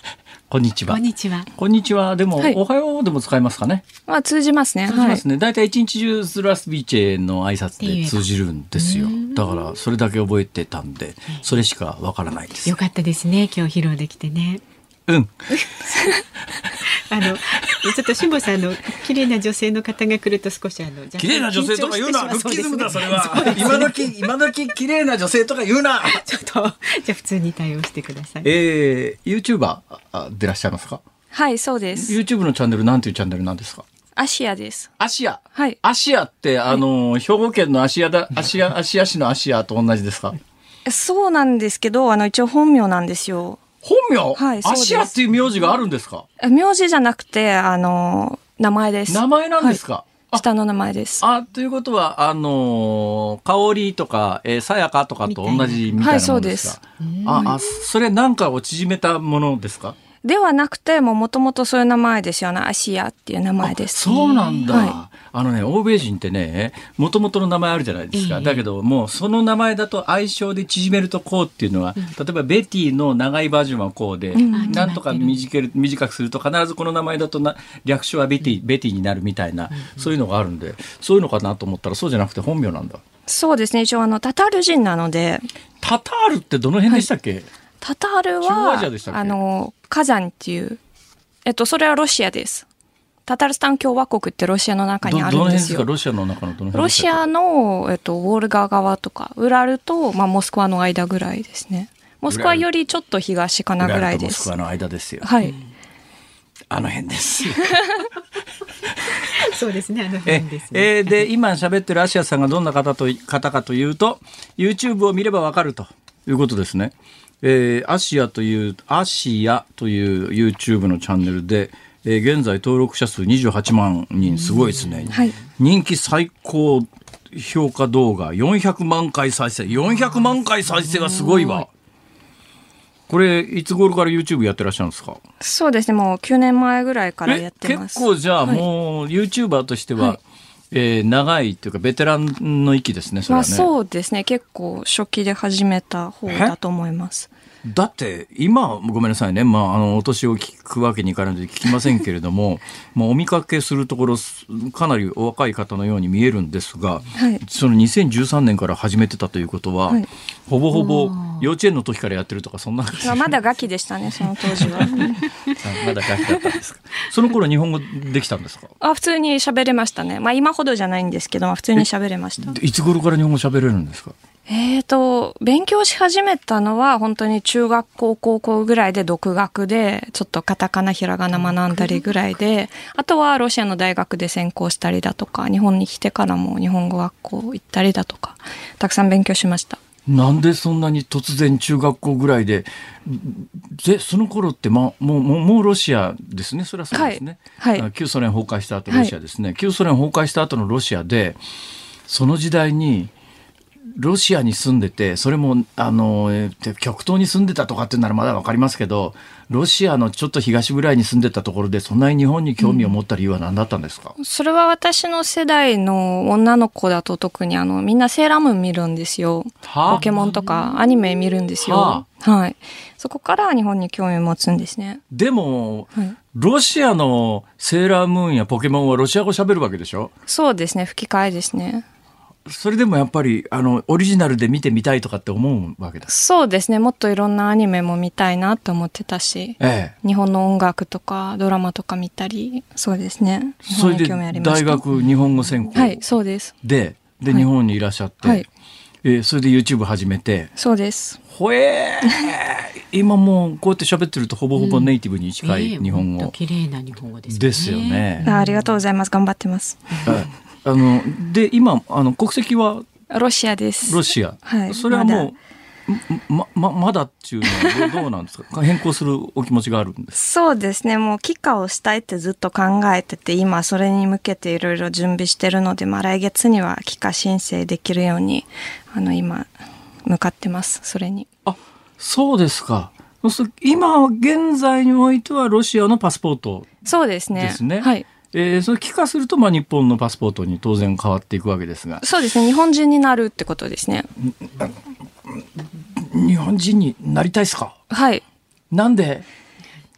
こんにちは。 こんにちは。 こんにちは。でも、 はい、 おはようでも使えますかね。 まあ、通じますね。 通じますね。だいたい一日中スラスビーチェの挨拶で通じるんですよ。だからそれだけ覚えてたんで、それしかわからないです。 よかったですね。今日披露できてね。 うん。 あのちょっと辛坊さんの綺麗な女性の方が来ると少しあの綺麗な女性とか言うな、ルッキズムだそれは。ね、今時今時綺麗な女性とか言うな。 ちょっとじゃあ普通に対応してください。 えー、YouTuber でいらっしゃいますか？ はい、そうです。 YouTube のチャンネルなんていうチャンネルなんですか？ アシアです。 アシア。 はい。 アシアってあの、はい、兵庫県の芦屋だ芦屋芦屋市のアシアと同じですか？ そうなんですけど、あの一応本名なんですよ。 本名？ はい、そうです。 アシアっていう名字があるんですか？ 名字じゃなくて、あの、名前です。 名前なんですか？ はい、下の名前です。 あ、ということは、あの、香りとか、えー、さやかとかと同じみたいなものですか？はい、そうです。あ、あ、それなんかを縮めたものですか？ ではなくて、もともとそういう名前ですよね。アシアっていう名前です。 そうなんだ。はい、あのね、欧米人ってね、もともとの名前あるじゃないですか。えー、だけど、もうその名前だと愛称で縮めるとこうっていうのは、うん、例えばベティの長いバージョンはこうで、うん、なんとか短く、短くすると必ずこの名前だとな略称はベティ、ベティになるみたいな、うん、そういうのがあるんで、そういうのかなと思ったらそうじゃなくて本名なんだ。 そうですね。一応あの、タタール人なので。 タタールってどの辺でしたっけ？はい、 タタールは、あの、カザンっていう、えっと、それはロシアです。タタルスタン共和国ってロシアの中にあるんですよ。 どの辺ですか？ロシアの中のどの辺ですか？ ロシアの、えっと、ウォルガ川とか、ウラルと、まあ、モスクワの間ぐらいですね。モスクワよりちょっと東かなぐらいです。 モスクワの間ですよ。 はい。 あの辺です。 そうですね、あの辺ですね。 ええー、で、今喋ってるアシアさんがどんな方と、方かというと、YouTube を見ればわかるということですね。えー、アシアという、アシアという YouTube のチャンネルで、えー、現在登録者数にじゅうはちまんにん、すごいですね。はい、人気最高評価動画よんひゃくまんかい再生。よんひゃくまんかい再生はすごいわ。これ、いつ頃から YouTube やってらっしゃるんですか？ そうですね、もうきゅうねんまえぐらいからやってます。 結構じゃあもう YouTuber としては、はい、えー、長いというかベテランの域ですね、それはね。 まあ、そうですね、結構初期で始めた方だと思います。 だって今ごめんなさいね、まあ、あのお年を聞くわけにいかないので聞きませんけれどもまあお見かけするところかなりお若い方のように見えるんですが、はい、そのにせんじゅうさんねんから始めてたということは、はい、ほぼほぼ幼稚園の時からやってるとかそんな話。 まだガキでしたね、その当時は。 まだガキだったんですか？その頃日本語できたんですか？ あ、普通に喋れましたね。まあ今ほどじゃないんですけど普通に喋れました。 いつ頃から日本語喋れるんですか？ えーと、勉強し始めたのは本当に中学校高校ぐらいで独学でちょっとカタカナひらがな学んだりぐらいで、あとはロシアの大学で専攻したりだとか、日本に来てからも日本語学校行ったりだとかたくさん勉強しました。 なんでそんなに突然中学校ぐらいで、でその頃って、ま、もう、もうロシアですね。それはそうですね、はいはい、旧ソ連崩壊した後ロシアですね、はい、旧ソ連崩壊した後のロシアでその時代にロシアに住んでて、それもあの極東に住んでたとかっていうならまだ分かりますけど、ロシアのちょっと東ぐらいに住んでたところでそんなに日本に興味を持った理由は何だったんですか？ うん、それは私の世代の女の子だと特にあのみんなセーラームーン見るんですよ。ポケモンとかアニメ見るんですよ。はあ、はい。そこから日本に興味を持つんですね。 でも、はい、ロシアのセーラームーンやポケモンはロシア語喋るわけでしょ？ そうですね、吹き替えですね。 それでもやっぱりあのオリジナルで見てみたいとかって思うわけだ。 そうですね、もっといろんなアニメも見たいなと思ってたし、ええ、日本の音楽とかドラマとか見たり、そうですね、日本に興味ありました。 それで大学日本語専攻、 はい、そうです。 で、で、はい、日本にいらっしゃって、はい、えー、それで YouTube 始めて。 そうです。 ほえー今もうこうやって喋ってるとほぼほぼネイティブに近い日本語、うん、えー、 綺麗な日本語ですね。 ですよね。 あ、ありがとうございます。頑張ってます。 あので今あの国籍はロシアです。 ロシア、はい、それはもう ま, ま, まだっていうのは ど, どうなんですか？変更するお気持ちがあるんです。 そうですね、もう帰化をしたいってずっと考えてて、今それに向けていろいろ準備してるので、まあ、来月には帰化申請できるようにあの今向かってます。それに。 あ、そうですか。今現在においてはロシアのパスポートですね。 そうですね、はい。 えー、それ帰化すると、まあ、日本のパスポートに当然変わっていくわけですが。 そうですね、日本人になるってことですね。 日本人になりたいですか？ はい。 なんで？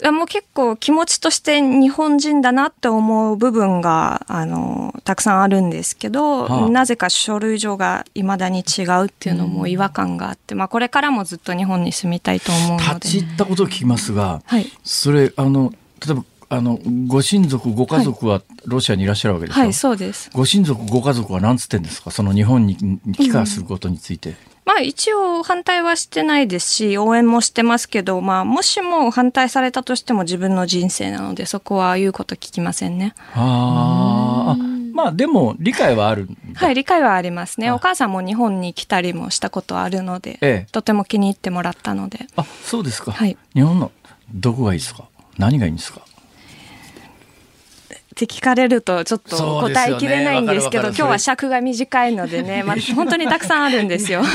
もう結構気持ちとして日本人だなって思う部分があのたくさんあるんですけど、はあ、なぜか書類上がいまだに違うっていうのも違和感があって、うん、まあ、これからもずっと日本に住みたいと思うので。 立ち入ったことを聞きますが、 はい、 それあの例えばあのご親族ご家族はロシアにいらっしゃるわけですか。 はい、はい、そうです。 ご親族ご家族は何つってんですか、その日本に帰化することについて。うん、 まあ、一応反対はしてないですし応援もしてますけど、まあ、もしも反対されたとしても自分の人生なのでそこは言うこと聞きませんね。 ああ、まあでも理解はあるんだ。 はい、理解はありますね。お母さんも日本に来たりもしたことあるので、ええ、とても気に入ってもらったので。 あ、そうですか。 はい、 日本のどこがいいですか、何がいいんですかって聞かれるとちょっと答えきれないんですけど、今日は尺が短いのでね、まあ、本当にたくさんあるんですよ。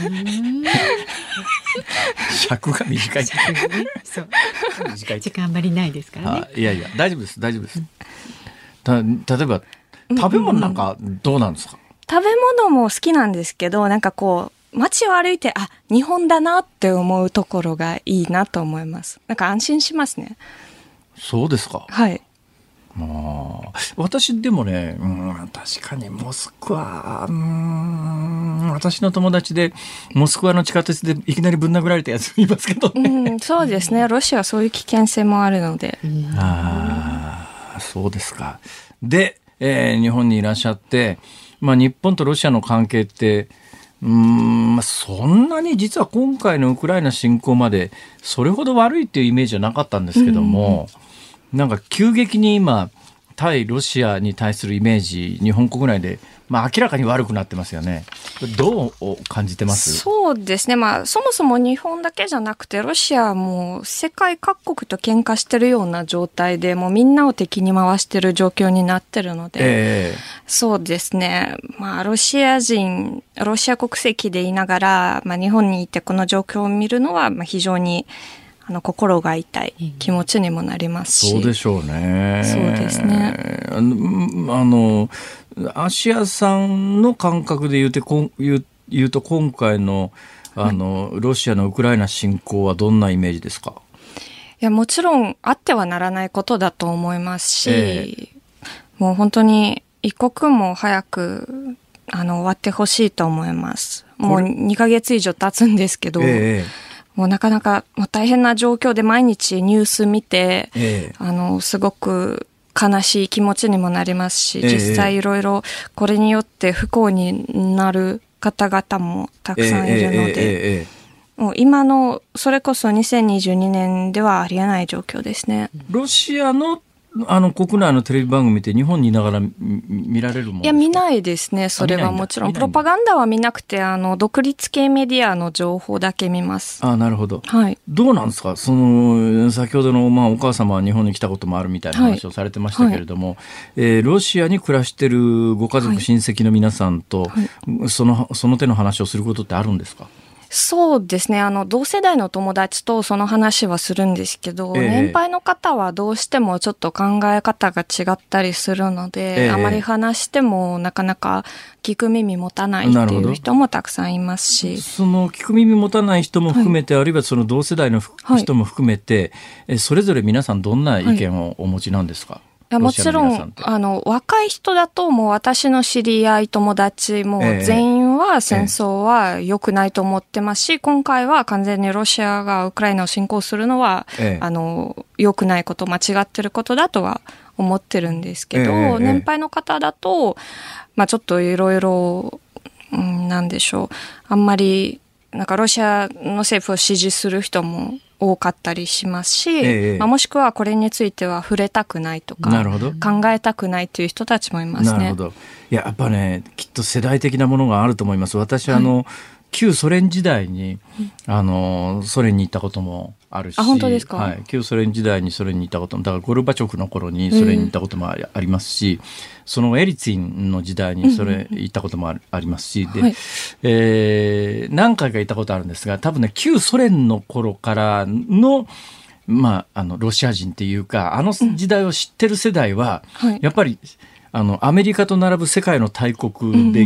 尺が短い。 そう短い時間あんまりないですからね。 いやいや大丈夫です大丈夫です。た例えば食べ物なんかどうなんですか。 食べ物も好きなんですけど、なんかこう街を歩いてあ日本だなって思うところがいいなと思います。なんか安心しますね。 そうですか。 はい。 まあ、私でもね、うん、確かにモスクワ、うん、私の友達でモスクワの地下鉄でいきなりぶん殴られたやついますけどね。 うん、そうですね。ロシアはそういう危険性もあるので。 ああ、そうですか。で、えー、日本にいらっしゃって、まあ、日本とロシアの関係ってうーん、まあ、そんなに実は今回のウクライナ侵攻までそれほど悪いっていうイメージはなかったんですけども、うん、なんか急激に今対ロシアに対するイメージ日本国内で、まあ、明らかに悪くなってますよね。どう感じてます？ そうですね、まあ、そもそも日本だけじゃなくてロシアも世界各国と喧嘩してるような状態でもうみんなを敵に回してる状況になってるので、えー、そうですね、まあ、ロシア人ロシア国籍でいながら、まあ、日本にいてこの状況を見るのはまあ非常にあの心が痛い気持ちにもなりますし、 そうでしょうね。 そうですね。 あの、あのアシアさんの感覚で言うてこん言う、言うと今回のあの、はい、ロシアのウクライナ侵攻はどんなイメージですか？ いや、もちろんあってはならないことだと思いますし、えー、もう本当に一刻も早くあの終わってほしいと思います。もうにかげつ以上経つんですけど、えーもうなかなか大変な状況で毎日ニュース見て、ええ、あのすごく悲しい気持ちにもなりますし、ええ、実際いろいろこれによって不幸になる方々もたくさんいるので、ええええ、もう今のそれこそにせんにじゅうにねんではありえない状況ですね。 ロシアのあの国内のテレビ番組って日本にいながら見られるものですか？いや、 見ないですね。それはもちろんプロパガンダは見なくて、あの独立系メディアの情報だけ見ます。 あ、なるほど、 はい、 どうなんですか？その先ほどの、まあ、お母様は日本に来たこともあるみたいな話をされてましたけれども、はいはい、えー、ロシアに暮らしてるご家族、はい、親戚の皆さんと、はい、その、その手の話をすることってあるんですか？ そうですね、あの同世代の友達とその話はするんですけど、えー、年配の方はどうしてもちょっと考え方が違ったりするので、えー、あまり話してもなかなか聞く耳持たないっていう人もたくさんいますし、 その聞く耳持たない人も含めて、はい、あるいはその同世代の人も含めて、はい、それぞれ皆さんどんな意見をお持ちなんですか？はい、 いや、もちろんあの若い人だともう私の知り合い友達も全員は戦争は良くないと思ってますし、ええ、今回は完全にロシアがウクライナを侵攻するのは、ええ、あの良くないこと間違ってることだとは思ってるんですけど、え、年配の方だと、まあ、ちょっといろいろなんでしょう、あんまりなんかロシアの政府を支持する人も多かったりしますし、ええ、まあ、もしくはこれについては触れたくないとか考えたくないという人たちもいますね。 なるほど。いや、やっぱね、きっと世代的なものがあると思います。私はあの、はい、旧ソ連時代にあのソ連に行ったこともあるし、 あ、本当ですか？ はい、旧ソ連時代にソ連に行ったことも、だからゴルバチョフの頃にソ連に行ったこともありますし、そのエリツィンの時代にそれ行ったこともありますし、で、はい、えー、何回か行ったことあるんですが、多分ね、旧ソ連の頃からのまあ、あのロシア人っていうか、あの時代を知ってる世代は、うん、はい、やっぱりあのアメリカと並ぶ世界の大国で、うん、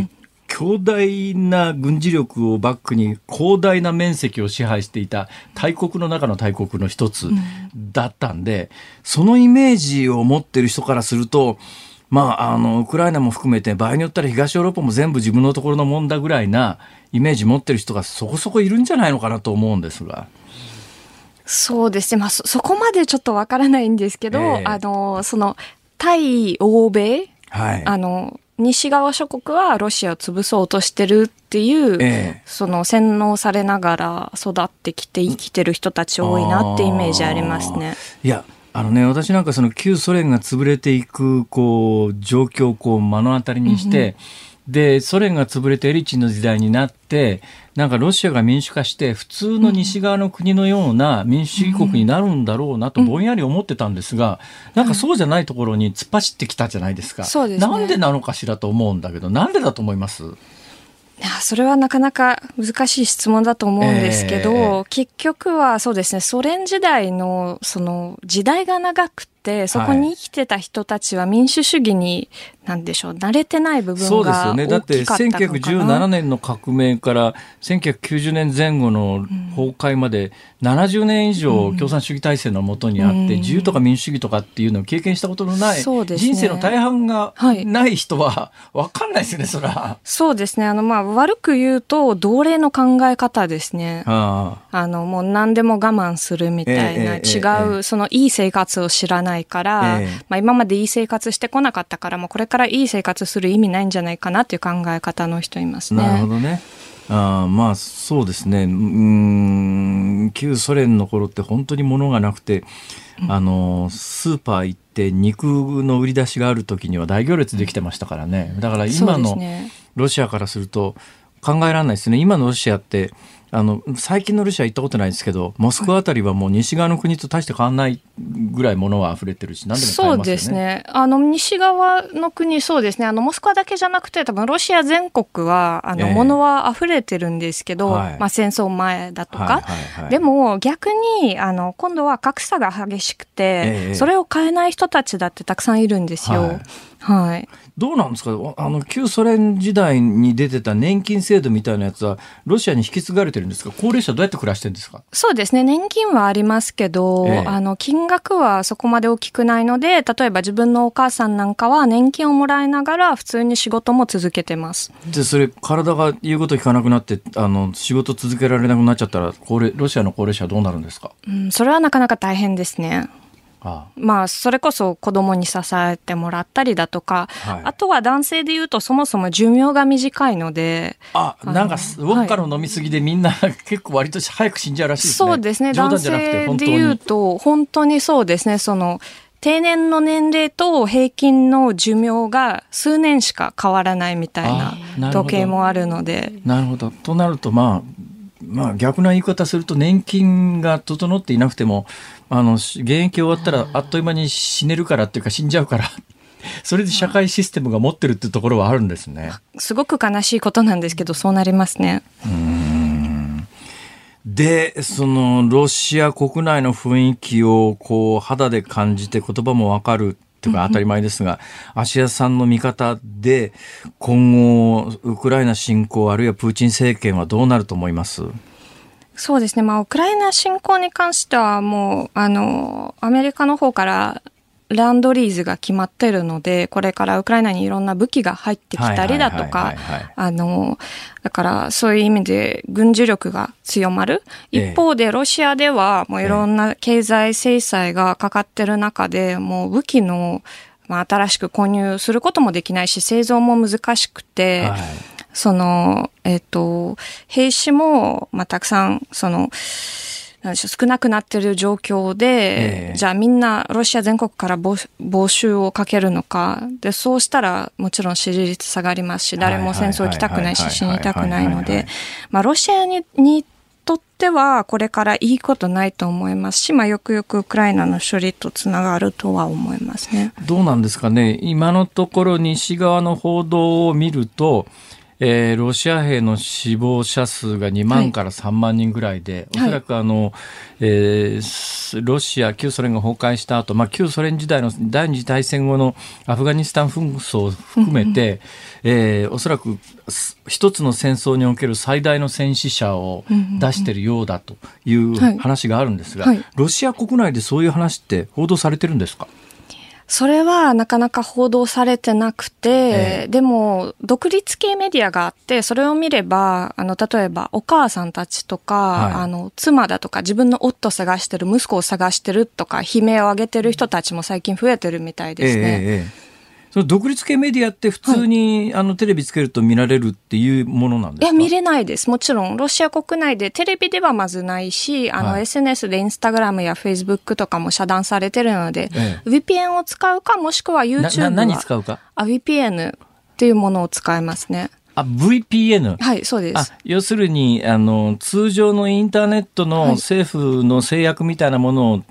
強大な軍事力をバックに広大な面積を支配していた大国の中の大国の一つだったんで、うん、そのイメージを持ってる人からすると、まあ、あのウクライナも含めて場合によったら東ヨーロッパも全部自分のところのもんだぐらいなイメージ持ってる人がそこそこいるんじゃないのかなと思うんですが。 そうですね、まあ、そ, そこまでちょっとわからないんですけど、えー、あのその対欧米、はい、あの西側諸国はロシアを潰そうとしてるっていう、えー、その洗脳されながら育ってきて生きてる人たち多いなってイメージありますね。 いやあのね、私なんかその旧ソ連が潰れていくこう状況をこう目の当たりにして、うん、でソ連が潰れてエリチンの時代になってなんかロシアが民主化して普通の西側の国のような民主主義国になるんだろうなとぼんやり思ってたんですが、なんかそうじゃないところに突っ走ってきたじゃないですか。 そうですね。 なんでなのかしらと思うんだけど、なんでだと思います？ いや、それはなかなか難しい質問だと思うんですけど、えー、結局はそうですね、ソ連時代のその時代が長くて、そこに生きてた人たちは民主主義に、なんでしょう、慣れてない部分が大きかったのかな。そうですよね。だってせんきゅうひゃくじゅうななねんの革命からせんきゅうひゃくきゅうじゅうねんぜん後の崩壊までななじゅうねん以上共産主義体制の下にあって、うん、自由とか民主主義とかっていうのを経験したことのない、そうですね、人生の大半がない人は分かんないですよね、それは。 そうですね。あの、まあ、悪く言うと奴隷の考え方ですね。ああの、もう何でも我慢するみたいな、えーえー、違う、えー、そのいい生活を知らないから、えーまあ、今までいい生活してこなかったから、もうこれからいい生活する意味ないんじゃないかなっていう考え方の人いますね。 なるほどね。あまあそうですね。うーん、旧ソ連の頃って本当に物がなくて、うん、あのスーパー行って肉の売り出しがある時には大行列できてましたからね。だから今のロシアからすると考えられないですね。今のロシアってあの最近のロシア行ったことないですけど、モスクワあたりはもう西側の国と大して変わらないぐらい物は溢れてるし、何でも買えますよね。 そうですね。あの西側の国、そうですね。あのモスクワだけじゃなくて、多分ロシア全国はあの、えー、物は溢れてるんですけど、はい、まあ戦争前だとか、はいはいはい、でも逆にあの今度は格差が激しくて、えー、それを買えない人たちだってたくさんいるんですよ。はいはい、 どうなんですか。あの旧ソ連時代に出てた年金制度みたいなやつはロシアに引き継がれてるんですか。高齢者どうやって暮らしてるんですか。 そうですね。年金はありますけど、ええ、あの金額はそこまで大きくないので、例えば自分のお母さんなんかは年金をもらいながら普通に仕事も続けてます。 でそれ体が言うこと聞かなくなってあの仕事続けられなくなっちゃったら高齢ロシアの高齢者はどうなるんですか。 うん、それはなかなか大変ですね。ああまあ、それこそ子供に支えてもらったりだとか、はい、あとは男性で言うとそもそも寿命が短いので、 あなんかウォッカの飲みすぎでみんな、はい、結構割と早く死んじゃうらしいですね。 そうですね。男性で言うと本当にそうですね。その定年の年齢と平均の寿命が数年しか変わらないみたいな時計もあるので。 なるほど。となるとまあまあ、逆な言い方すると年金が整っていなくてもあの現役終わったらあっという間に死ねるからっていうか死んじゃうからそれで社会システムが持ってるっていうところはあるんですね。 すごく悲しいことなんですけどそうなりますね。 うーんでそのロシア国内の雰囲気をこう肌で感じて言葉もわかるというか当たり前ですが、芦谷さんの見方で今後ウクライナ侵攻あるいはプーチン政権はどうなると思います？ そうですね、まあ、ウクライナ侵攻に関してはもうあのアメリカの方からランドリーズが決まってるので、これからウクライナにいろんな武器が入ってきたりだとか、あの、だからそういう意味で軍事力が強まる。一方でロシアではもういろんな経済制裁がかかってる中で、もう武器の、まあ、新しく購入することもできないし、製造も難しくて、はい、その、えっと、兵士も、まあ、たくさん、その、なんでしょう、少なくなっている状況で、えー、じゃあみんなロシア全国から募集をかけるのか。で、そうしたらもちろん支持率下がりますし、誰も戦争行きたくないし、死にたくないので、まあロシアに、にとってはこれからいいことないと思いますし、まあよくよくウクライナの処理とつながるとは思いますね。 どうなんですかね。今のところ西側の報道を見ると、 えー、ロシア兵の死亡者数がにまんからさんまんにんぐらいで、はい、おそらくあの、えー、ロシア旧ソ連が崩壊した後、まあ、旧ソ連時代の第二次大戦後のアフガニスタン紛争を含めて、うんうんえー、おそらく一つの戦争における最大の戦死者を出しているようだという話があるんですが、はいはい、ロシア国内でそういう話って報道されてるんですか？ それはなかなか報道されてなくて、えー、でも独立系メディアがあって、それを見れば、あの、例えばお母さんたちとか、はい、あの、妻だとか自分の夫を探してる、息子を探してるとか、悲鳴を上げてる人たちも最近増えてるみたいですね。えーえーその独立系メディアって普通に、はい、あのテレビつけると見られるっていうものなんですか？いや、 見れないです。もちろん、ロシア国内でテレビではまずないし、あの、はい、エスエヌエス でインスタグラムやフェイスブックとかも遮断されてるので、ええ、ブイピーエヌ を使うか、もしくは YouTube は。 な、何使うか？ あ、ブイピーエヌ っていうものを使いますね。 あ、ブイピーエヌ？ はい、そうです。 あ、要するに、あの、通常のインターネットの政府の制約みたいなものを、はい、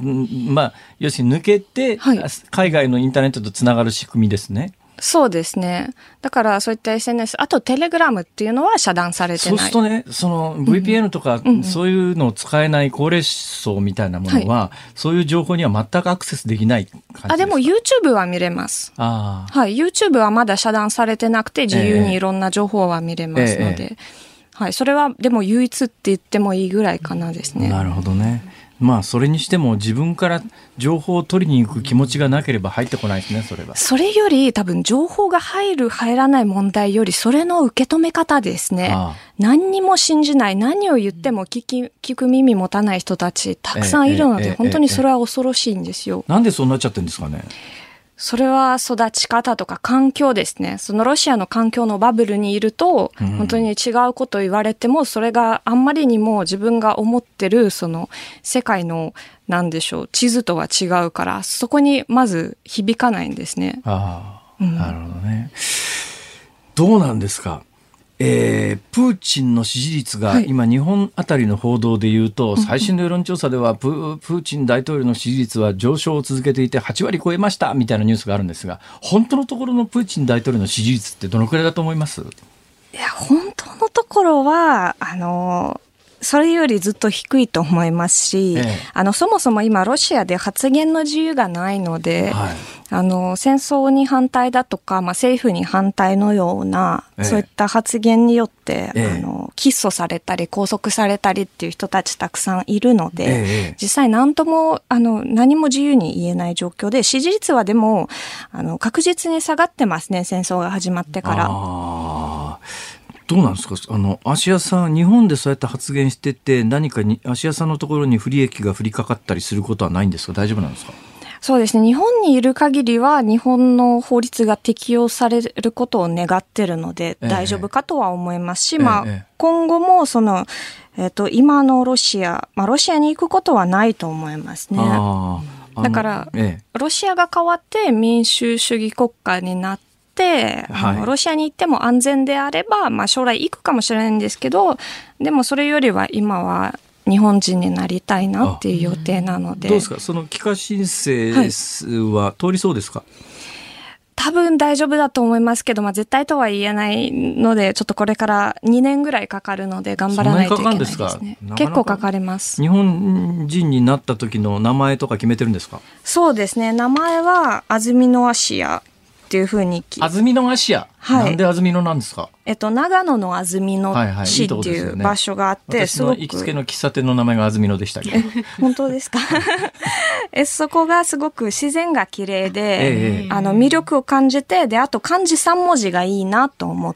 まあ、要するに抜けて、はい、海外のインターネットとつながる仕組みですね。 そうですね。だからそういった エスエヌエス、あとテレグラムっていうのは遮断されてない。 そうするとね、その ブイピーエヌ とか、うん、そういうのを使えない高齢層みたいなものは、はい、そういう情報には全くアクセスできない感じですか？あ、 でも YouTube は見れます。あはい。YouTube はまだ遮断されてなくて、自由にいろんな情報は見れますので。えーえー、はい。それはでも唯一って言ってもいいぐらいかなですね。 なるほどね。まあそれにしても自分から情報を取りに行く気持ちがなければ入ってこないですね、それは。 それより多分情報が入る入らない問題よりそれの受け止め方ですね。ああ、何にも信じない、何を言っても聞き聞く耳持たない人たちたくさんいるので、ええええ、本当にそれは恐ろしいんですよ。 なんでそうなっちゃってるんですかね。 それは育ち方とか環境ですね。そのロシアの環境のバブルにいると、うん、本当に違うこと言われても、それがあんまりにも自分が思ってる、その世界の、なんでしょう、地図とは違うから、そこにまず響かないんですね。 ああ、うん、なるほどね。どうなんですか。えー、プーチンの支持率が今日本あたりの報道でいうと、はい、最新の世論調査ではプ、プーチン大統領の支持率は上昇を続けていてはちわり超えましたみたいなニュースがあるんですが、本当のところのプーチン大統領の支持率ってどのくらいだと思います？ いや、本当のところはあのそれよりずっと低いと思いますし、ええ、あのそもそも今ロシアで発言の自由がないので、はい、あの戦争に反対だとか、まあ、政府に反対のような、ええ、そういった発言によって、ええ、あの起訴されたり拘束されたりっていう人たちたくさんいるので、え、実際何ともあの何も自由に言えない状況で、支持率はでもあの確実に下がってますね、戦争が始まってから。 あどうなんですか。あの芦屋さん、日本でそうやって発言してて、何かに芦屋さんのところに不利益が降りかかったりすることはないんですか？大丈夫なんですか？ そうですね。日本にいる限りは日本の法律が適用されることを願ってるので大丈夫かとは思いますし、ええ、まあ、ええ、今後もその、えっと、今のロシア、まあ、ロシアに行くことはないと思いますね。あだから、ええ、ロシアが変わって民主主義国家になって、であのロシアに行っても安全であれば、まあ、将来行くかもしれないんですけど、でもそれよりは今は日本人になりたいなっていう予定なので。 どうですか、その帰化申請は通りそうですか？はい、 多分大丈夫だと思いますけど、まあ、絶対とは言えないので、ちょっとこれからにねんぐらいかかるので頑張らないといけないですね。そんなにかかるんですか？結構かかります。 日本人になった時の名前とか決めてるんですか？ そうですね、名前は安曇野芦屋っていう風に安曇野芦屋、はい、なんで安曇野なんですか？ えっと、長野の安曇野市っていう場所があって、はいはい、いい私の行きつけの喫茶店の名前が安曇野でしたけど本当ですかえそこがすごく自然が綺麗で、ええ、あの魅力を感じて、であと漢字さんもじがいいなと思って、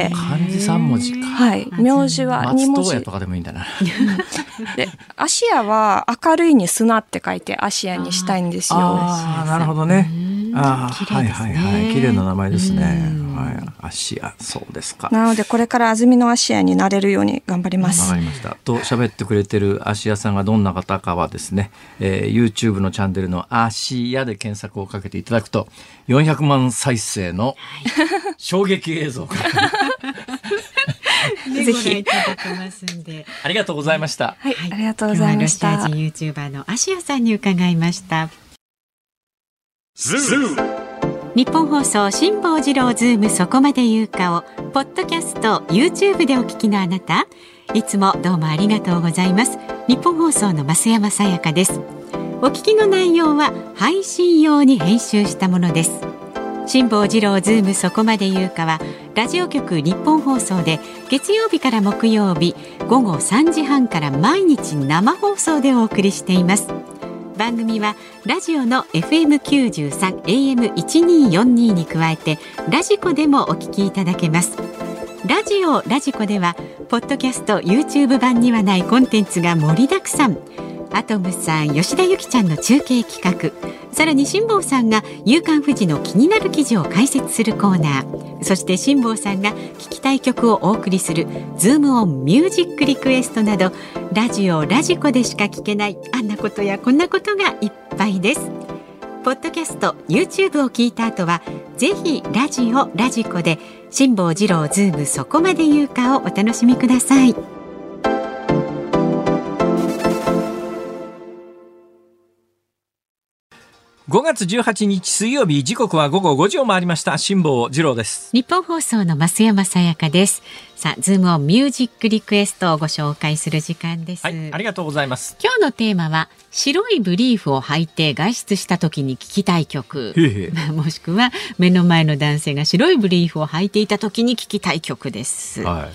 漢字さんもじか、 はい、名字はにもじ、 松任谷とかでもいいんだなで芦屋は明るいに砂って書いて芦屋にしたいんですよ。 ああ、なるほどね。ああ、はいはいはい、綺麗な名前ですね。はい、芦屋、そうですか。 なのでこれから安曇野芦屋になれるように頑張ります。 わかりました。と喋ってくれてる芦屋さんがどんな方かはですね、えー、YouTube のチャンネルの芦屋で検索をかけていただくとよんひゃくまん再生の衝撃映像がぜひいただきますんで。 ありがとうございました。 はい、はい、ありがとうございました。 ロシア人 YouTuber の芦屋さんに伺いました。ズー日本放送辛坊治郎ズームそこまで言うかをポッドキャスト YouTube でお聞きのあなた、いつもどうもありがとうございます。日本放送の増山さやかです。お聞きの内容は配信用に編集したものです。辛坊治郎ズームそこまで言うかはラジオ局日本放送で月曜日から木曜日午後さんじはんから毎日生放送でお送りしています。番組はラジオの エフエムきゅうじゅうさん エーエムせんにひゃくよんじゅうに に加えてラジコでもお聞きいただけます。ラジオラジコではポッドキャスト YouTube 版にはないコンテンツが盛りだくさん。アトムさん、吉田ゆきちゃんの中継企画、さらに辛坊さんが夕刊フジの気になる記事を解説するコーナー、そして辛坊さんが聞きたい曲をお送りするズームオンミュージックリクエストなど、ラジオラジコでしか聞けないあんなことやこんなことがいっぱいです。ポッドキャスト YouTube を聞いた後はぜひラジオラジコで辛坊治郎ズームそこまで言うかをお楽しみください。 ごがつじゅうはちにち水曜日、時刻は午後ごじを回りました。辛坊治郎です。 日本放送の増山さやかです。さあ、ズームオンミュージックリクエストをご紹介する時間です。 はい、ありがとうございます。 今日のテーマは白いブリーフを履いて外出した時に聴きたい曲、へへもしくは目の前の男性が白いブリーフを履いていた時に聴きたい曲です。 はい、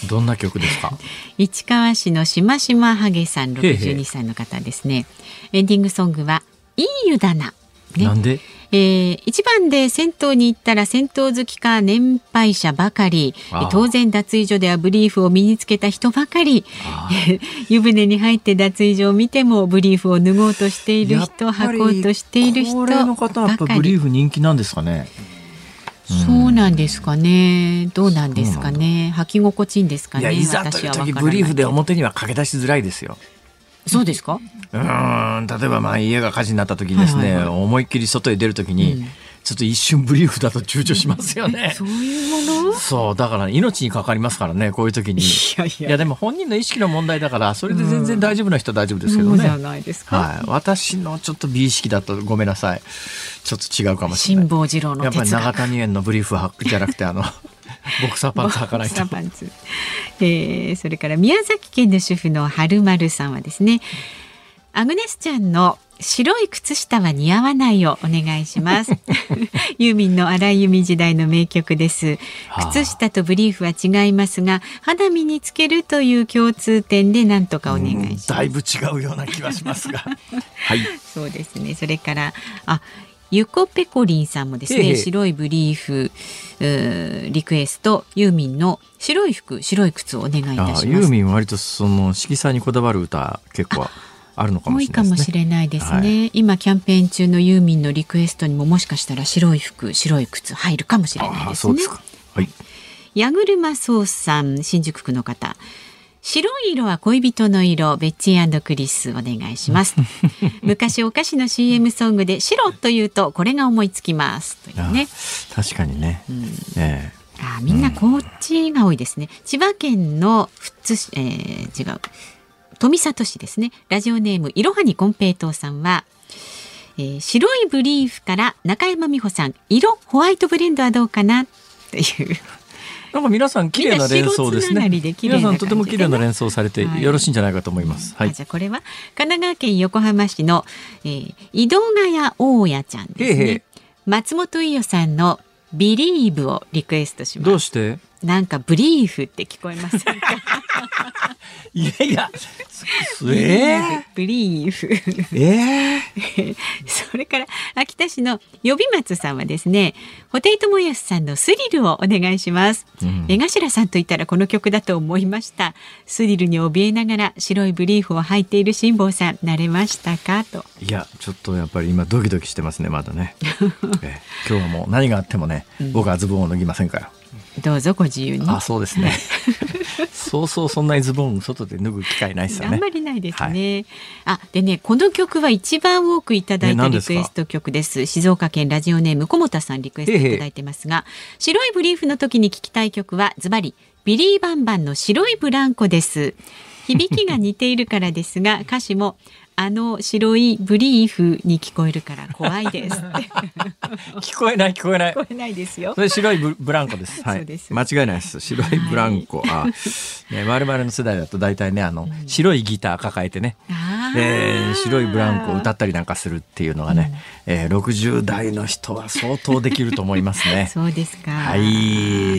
どんな曲ですか？ 市川市のしましまはげさん、ろくじゅうにさいの方ですね。へへエンディングソングはいい湯だな。ね、 なんで、 えー、一番で銭湯に行ったら銭湯好きか年配者ばかり、当然脱衣所ではブリーフを身につけた人ばかり、湯船に入って脱衣所を見てもブリーフを脱ごうとしている人、履こうとしている人ばかり。 高齢の方はやっぱブリーフ人気なんですかね。 そうなんですかね。どうなんですかね。履き心地いいんですかね。 いや、いざという時ブリーフで表には駆け出しづらいですよ。 そうですか？ うーん、例えばまあ家が火事になった時にですね、はいはいはい、思いっきり外へ出る時に、うん、ちょっと一瞬ブリーフだと躊躇しますよね。 そういうもの？ そうだから、ね、命にかかりますからね、こういう時に。いやいや、いやでも本人の意識の問題だからそれで全然大丈夫な人は大丈夫ですけどね。 そうじゃないですか。 はい、私のちょっと美意識だとごめんなさい、ちょっと違うかもしれない。 辛坊治郎の哲学。 やっぱり長谷園のブリーフはじゃなくてあのボクサーパンツ履かないと。ボクサーパンツ、 えー、それから宮崎県の主婦のはるまるさんはですね、アグネスちゃんの白い靴下は似合わないをお願いしますユーミンの荒井由実時代の名曲です。靴下とブリーフは違いますが肌身につけるという共通点で何とかお願いします。 だいぶ違うような気がしますがはい、 そうですね。それからあゆこぺこりんさんもですね、へへ白いブリーフリクエスト、ユーミンの白い服白い靴をお願いいたします。 ユーミン割とその色彩にこだわる歌結構あるのかもしれないですね。 多いかもしれないですね、はい、今キャンペーン中のユーミンのリクエストにももしかしたら白い服白い靴入るかもしれないですね。 そうですか、はい、 矢車壮さん、新宿区の方、白い色は恋人の色、ベッチー&クリスお願いします昔お菓子の シーエム ソングで白というとこれが思いつきますというね。 確かにね、うんえー、あみんなこっちが多いですね、うん、千葉県の富津市、えー、違う富里市ですね。ラジオネームいろはにこんぺいとうさんは、えー、白いブリーフから中山美穂さん、色ホワイトブレンドはどうかなっていうなんか皆さん綺麗な連想ですね。皆さんとても綺麗な連想されてよろしいんじゃないかと思います。はいはい、 じゃあこれは神奈川県横浜市の、えー、井戸ヶ谷大家ちゃんですね。へへ、松本伊代さんのビリーブをリクエストします。 どうして？なんかブリーフって聞こえませんかいやいや、えー、 ブリーフ、 えー、それから秋田市の呼松さんはですね、布袋寅泰さんのスリルをお願いします、うん、江頭さんといったらこの曲だと思いました。スリルに怯えながら白いブリーフを履いている辛坊さん、慣れましたかと。 いやちょっとやっぱり今ドキドキしてますね、まだね、えー、今日はもう何があってもね、うん、僕はズボンを脱ぎませんから。 どうぞご自由に。 あ、そうですねそうそう、そんなにズボン外で脱ぐ機会ないですよね。 あんまりないですね、はい、あでね、この曲は一番多くいただいたリクエスト曲です。静岡県ラジオネーム小本さんリクエストいただいてますが、へへ、白いブリーフの時に聴きたい曲はズバリビリーバンバンの白いブランコです。響きが似ているからですが歌詞もあの白いブリーフに聞こえるから怖いですって聞こえない聞こえない聞こえないですよ。 それ白い ブ, ブランコです、はい、 そうです。 間違いないです。白いブランコ、はい、あ、ね、我々の世代だと大体ねあの、うん、白いギター抱えてねで白いブランコを歌ったりなんかするっていうのがね、うんえー、ろくじゅう代の人は相当できると思いますねそうですか。 はい、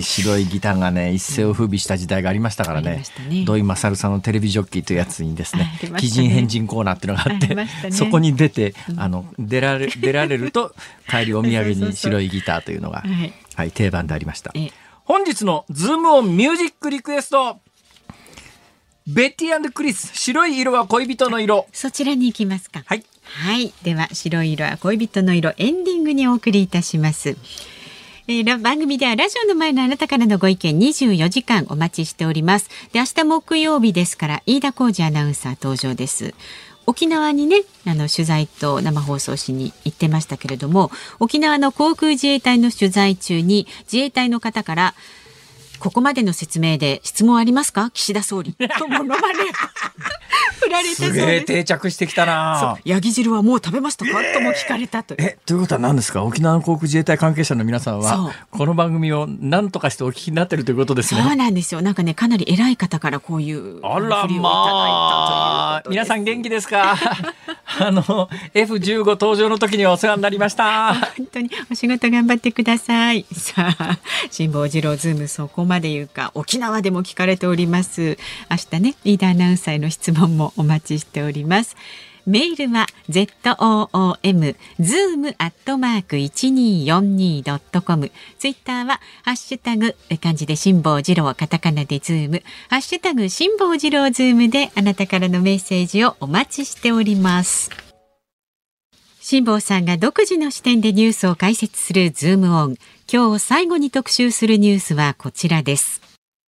白いギターがね一世を風靡した時代がありましたからね、うんね、土井勝さんのテレビジョッキーというやつにですね奇人変人コーナーっていうのがあって、ね、そこに出てあの出られ、出られると帰りお土産に白いギターというのがはい、はい、定番でありました。本日のズームオンミュージックリクエスト、ベティ&クリス、白い色は恋人の色。 そちらに行きますか。 はい、 はい、では白い色は恋人の色エンディングにお送りいたします。えー、番組ではラジオの前のあなたからのご意見にじゅうよじかんお待ちしております。で、明日木曜日ですから飯田浩司アナウンサー登場です。沖縄にねあの取材と生放送しに行ってましたけれども、沖縄の航空自衛隊の取材中に自衛隊の方からここまでの説明で質問ありますか岸田総理とものまね振られたそうです。 すげえ定着してきたな。 ヤギ汁はもう食べましたか、えー、とも聞かれたという。 えということは何ですか、沖縄の航空自衛隊関係者の皆さんはこの番組を何とかしてお聞きになっているということですね。 そうなんですよ。なんかねかなり偉い方からこういうあらまあ皆さん元気ですかあの エフじゅうご 登場の時にはお世話になりました本当にお仕事頑張ってください。さあ辛坊治郎ズームそこまで言うか、沖縄でも聞かれております。明日ね飯田アナウンサーへの質問もお待ちしております。メールは ズーム ズーム アットマーク いちにーよんにー ドットコム、 ツイッターはハッシュタグ漢字で辛坊治郎カタカナでズーム、ハッシュタグ辛坊治郎ズームであなたからのメッセージをお待ちしております。辛坊さんが独自の視点でニュースを解説するズームオン。今日最後に特集するニュースはこちらです。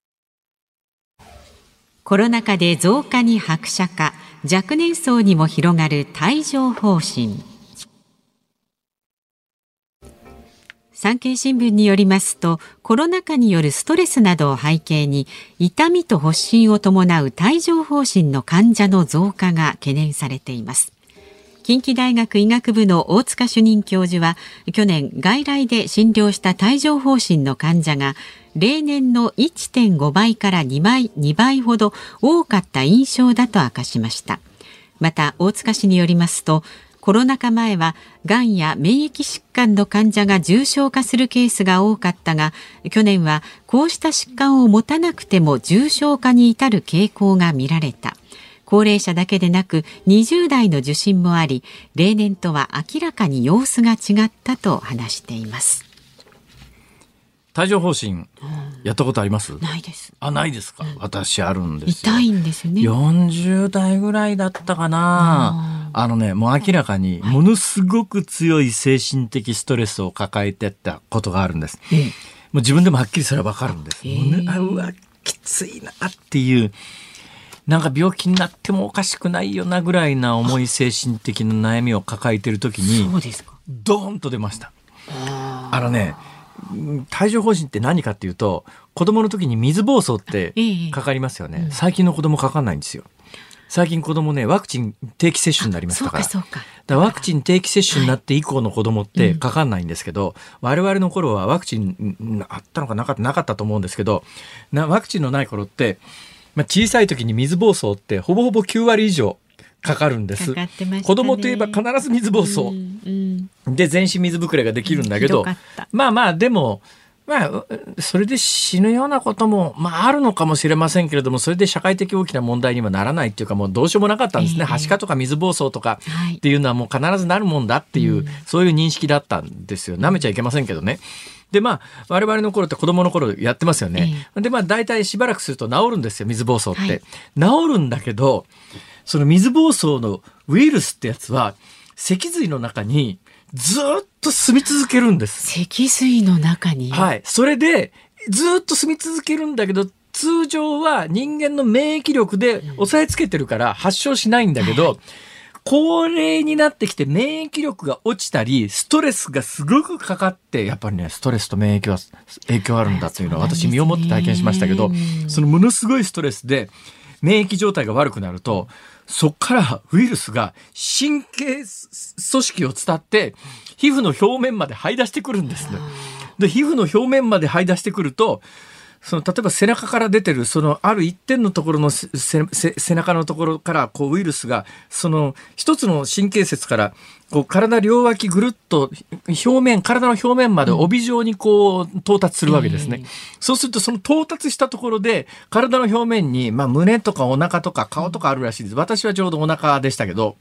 コロナ禍で増加に拍車か、若年層にも広がる帯状疱疹。産経新聞によりますと、コロナ禍によるストレスなどを背景に痛みと発疹を伴う帯状疱疹の患者の増加が懸念されています。近畿大学医学部の大塚主任教授は、去年外来で診療した帯状疱疹の患者が例年の いってんごばいからにばい、にばいほど多かった印象だと明かしました。また大塚氏によりますと、コロナ禍前はがんや免疫疾患の患者が重症化するケースが多かったが、去年はこうした疾患を持たなくても重症化に至る傾向が見られた。高齢者だけでなくにじゅう代の受診もあり、例年とは明らかに様子が違ったと話しています。 帯状疱疹、うん、やったことあります？ ないです。 あ、ないですか、うん、私あるんですよ。痛いんですよね。 よんじゅう代ぐらいだったかな。あのね、もう明らかにものすごく強い精神的ストレスを抱えてたことがあるんです、うん、もう自分でもはっきりそれは分かるんです、もうね、あ、うわきついなっていう、なんか病気になってもおかしくないよなぐらいな重い精神的な悩みを抱えている時にそうですか、 ドーンと出ました。ああのね、帯状疱疹って何かっていうと、子供の時に水疱瘡ってかかりますよね、ええ、最近の子供かかんないんですよ。最近子供ね、ワクチン定期接種になりましたから、 そうかそうか、 だからワクチン定期接種になって以降の子供ってかかんないんですけど、はい、うん、我々の頃はワクチンあったのかなかったなかったと思うんですけど、なワクチンのない頃って、まあ、小さい時に水疱瘡ってほぼほぼきゅうわり以上かかるんです。 かかってましたね。 子供といえば必ず水疱瘡、うんうん、で全身水ぶくれができるんだけど、うん、まあまあでもまあそれで死ぬようなことも、まあ、あるのかもしれませんけれども、それで社会的大きな問題にはならないっていうか、もうどうしようもなかったんですね、えー、はしかとか水疱瘡とかっていうのはもう必ずなるもんだっていう、はい、そういう認識だったんですよ。舐めちゃいけませんけどね。でまあ我々の頃って子供の頃やってますよね、えー、でまあ大体しばらくすると治るんですよ、水疱瘡って、はい、治るんだけど、その水疱瘡のウイルスってやつは脊髄の中にずっと住み続けるんです。 脊髄の中に、 はい、それでずっと住み続けるんだけど、通常は人間の免疫力で押さえつけてるから発症しないんだけど、はい、高齢になってきて免疫力が落ちたりストレスがすごくかかって、やっぱりねストレスと免疫は影響あるんだというのは私身をもって体験しましたけど、そのものすごいストレスで免疫状態が悪くなるとそこからウイルスが神経組織を伝って皮膚の表面まで這い出してくるんですね。で皮膚の表面まで這い出してくると、その例えば背中から出てるそのある一点のところのせせ背中のところからこうウイルスがその一つの神経節からこう体両脇ぐるっと表面体の表面まで帯状にこう到達するわけですね、うん、そうするとその到達したところで体の表面に、まあ、胸とかお腹とか顔とかあるらしいです。私はちょうどお腹でしたけど、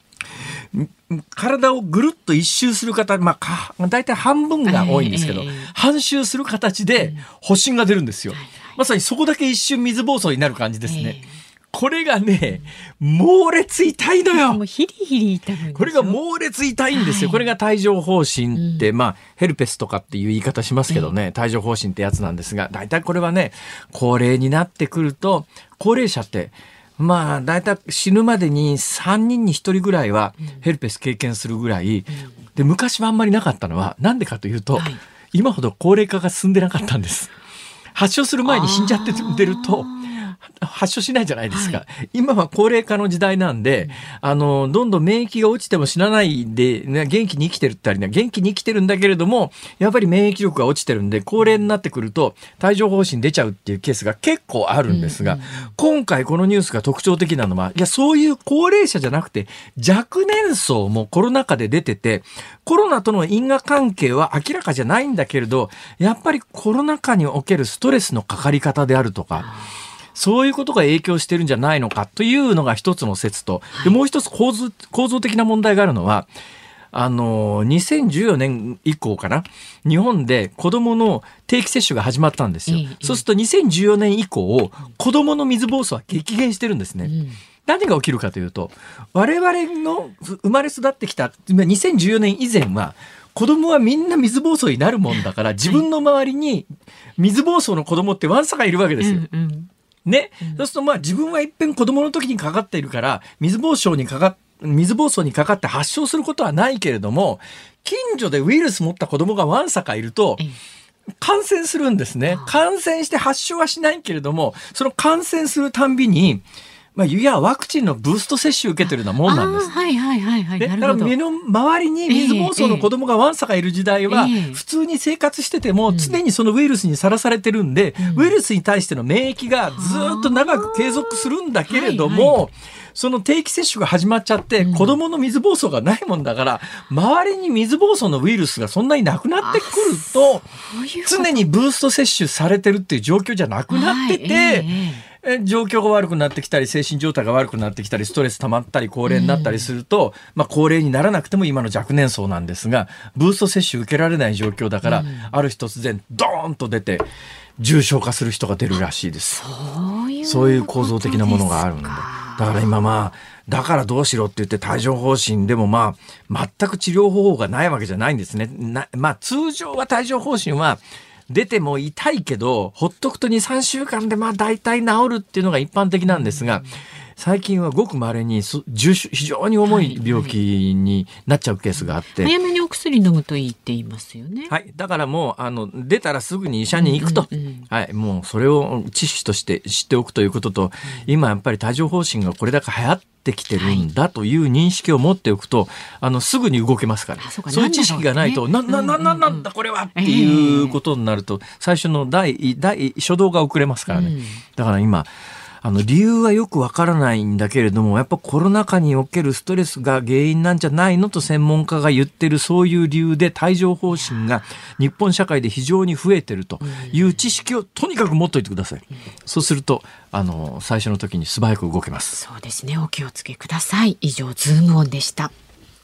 体をぐるっと一周する方、まあ、だいたい半分が多いんですけど、えー、半周する形で発疹が出るんですよ、うん、まさにそこだけ一瞬水疱瘡になる感じですね、えー、これがね猛烈痛いのよ。 もうヒリヒリ痛むんですよ。 これが猛烈痛いんですよ、はい、これが帯状疱疹って、うん、まあヘルペスとかっていう言い方しますけどね、えー、帯状疱疹ってやつなんですが、だいたいこれはね高齢になってくると、高齢者ってまあ、だいたい死ぬまでにさんにんにひとりぐらいはヘルペス経験するぐらい、うん、で昔はあんまりなかったのはなんでかというと、はい、今ほど高齢化が進んでなかったんです。発症する前に死んじゃって出ると発症しないじゃないですか、はい、今は高齢化の時代なんで、うん、あのどんどん免疫が落ちても死なないで、ね、元気に生きてるったりね、元気に生きてるんだけれどもやっぱり免疫力が落ちてるんで高齢になってくると帯状疱疹出ちゃうっていうケースが結構あるんですが、うんうん、今回このニュースが特徴的なのは、いやそういう高齢者じゃなくて若年層もコロナ禍で出てて、コロナとの因果関係は明らかじゃないんだけれど、やっぱりコロナ禍におけるストレスのかかり方であるとか、そういうことが影響してるんじゃないのかというのが一つの説と、でもう一つ構造、構造的な問題があるのは、あのにせんじゅうよねん以降かな、日本で子どもの定期接種が始まったんですよ、うんうん、そうするとにせんじゅうよねん以降子どもの水疱瘡は激減してるんですね、うん、何が起きるかというと、我々の生まれ育ってきたにせんじゅうよねん以前は子供はみんな水疱瘡になるもんだから、自分の周りに水疱瘡の子供ってわんさかいるわけですよ、うんうんね、うん、そうするとまあ自分はいっぺん子供の時にかかっているから水疱瘡にかかっ水疱瘡にかかって発症することはないけれども、近所でウイルス持った子供がわんさかいると感染するんですね。感染して発症はしないけれども、その感染するたんびにまあ、いやワクチンのブースト接種受けてるようなもんなんです。 はいはいはいはい。 でだから目の周りに水疱瘡の子供がわんさかいる時代は、普通に生活してても常にそのウイルスにさらされてるんで、ウイルスに対しての免疫がずっと長く継続するんだけれども、その定期接種が始まっちゃって子供の水疱瘡がないもんだから、周りに水疱瘡のウイルスがそんなになくなってくると、常にブースト接種されてるっていう状況じゃなくなってて、状況が悪くなってきたり精神状態が悪くなってきたりストレス溜まったり高齢になったりすると、うんまあ、高齢にならなくても今の若年層なんですがブースト接種受けられない状況だから、うん、ある日突然ドーンと出て重症化する人が出るらしいです。 そういう、 そういう構造的なものがあるんで、だから今まあだからどうしろって言って帯状疱疹でもまあ全く治療方法がないわけじゃないんですね。なまあ通常は帯状疱疹は出ても痛いけどほっとくと にさんしゅうかんでまあ大体治るっていうのが一般的なんですが、最近はごく稀に重症非常に重い病気になっちゃうケースがあって、 はい、早めにお薬飲むといいって言いますよね。 はい、だからもうあの出たらすぐに医者に行くと、うんうんうん、はい、もうそれを知識として知っておくということと、うん、今やっぱり帯状疱疹がこれだけ流行ってきてるんだという認識を持っておくと、あのすぐに動けますから、そうか、そういう知識がないと、ね、なななななんだこれはっていうことになると、最初の第第初動が遅れますからね、うん、だから今あの理由はよくわからないんだけれども、やっぱコロナ禍におけるストレスが原因なんじゃないのと専門家が言ってる、そういう理由で帯状疱疹が日本社会で非常に増えてるという知識をとにかく持っといてください。そうするとあの最初の時に素早く動けます。 そうですね、お気をつけください。以上ズームオンでした。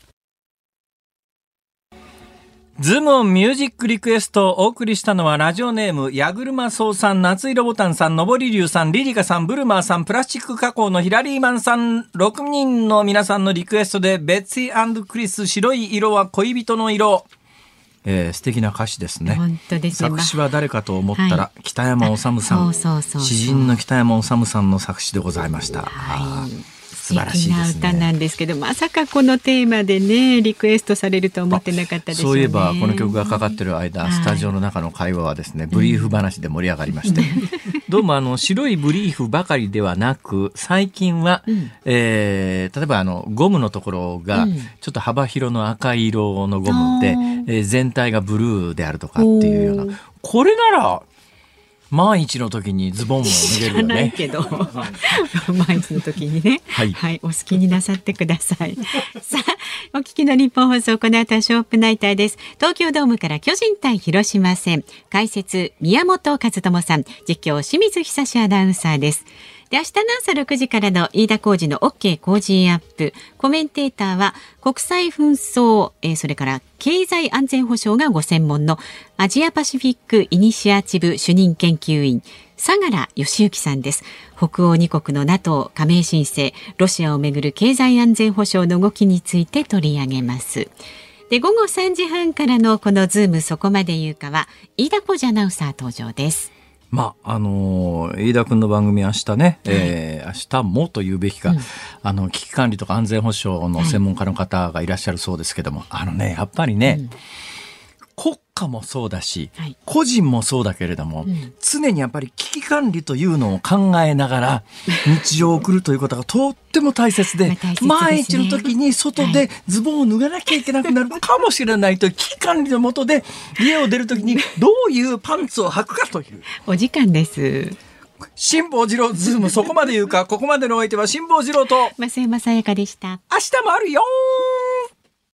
ズームオンミュージックリクエストをお送りしたのは、ラジオネームヤグルマソウさん、夏色ボタンさん、のぼりりゅうさん、リリカさん、ブルマーさん、プラスチック加工のヒラリーマンさん、ろくにんの皆さんのリクエストで、ベッツィ&クリス、白い色は恋人の色。えー、素敵な歌詞ですね。 本当ですね。 作詞は誰かと思ったら、はい、北山治さん。 そうそうそうそう、 詩人の北山治さんの作詞でございました。 はい、 素晴らしいですね。素敵な歌なんですけど、まさかこのテーマでねリクエストされると思ってなかったでしょうね。 そういえばこの曲がかかってる間、はい、スタジオの中の会話はですねブリーフ話で盛り上がりまして、うん、どうもあの白いブリーフばかりではなく最近は、うんえー、例えばあのゴムのところがちょっと幅広の赤い色のゴムで、うんえー、全体がブルーであるとかっていうような、これなら万一の時にズボンも脱げるよね。 知らないけど万一の時にね、はい、はい、お好きになさってくださいさあお聞きの日本放送、この後はショーアップナイターです。東京ドームから巨人対広島戦、解説宮本和智さん、実況清水久志アナウンサーです。で明日の朝ろくじからの飯田浩司の OK 工事アップ、コメンテーターは国際紛争、えー、それから経済安全保障がご専門のアジアパシフィックイニシアチブ主任研究員相良義之さんです。北欧に国の NATO 加盟申請、ロシアをめぐる経済安全保障の動きについて取り上げます。で午後さんじはんからのこのズームそこまで言うかは飯田浩司アナウンサー登場です。 まああのー、飯田君の番組明日ね、はいえー、明日もというべきか、うん、あの危機管理とか安全保障の専門家の方がいらっしゃるそうですけども、はい、あのねやっぱりね、うん、国家もそうだし、はい、個人もそうだけれども、うん、常にやっぱり危機管理というのを考えながら日常を送るということがとっても大切で、まあ大切ですね、万一の時に外でズボンを脱がなきゃいけなくなるかもしれないという危機管理の下で家を出る時にどういうパンツを履くかというお時間です。 辛坊治郎ズームそこまで言うか。ここまでのお相手は辛坊治郎と増山さやかでした。 明日もあるよー。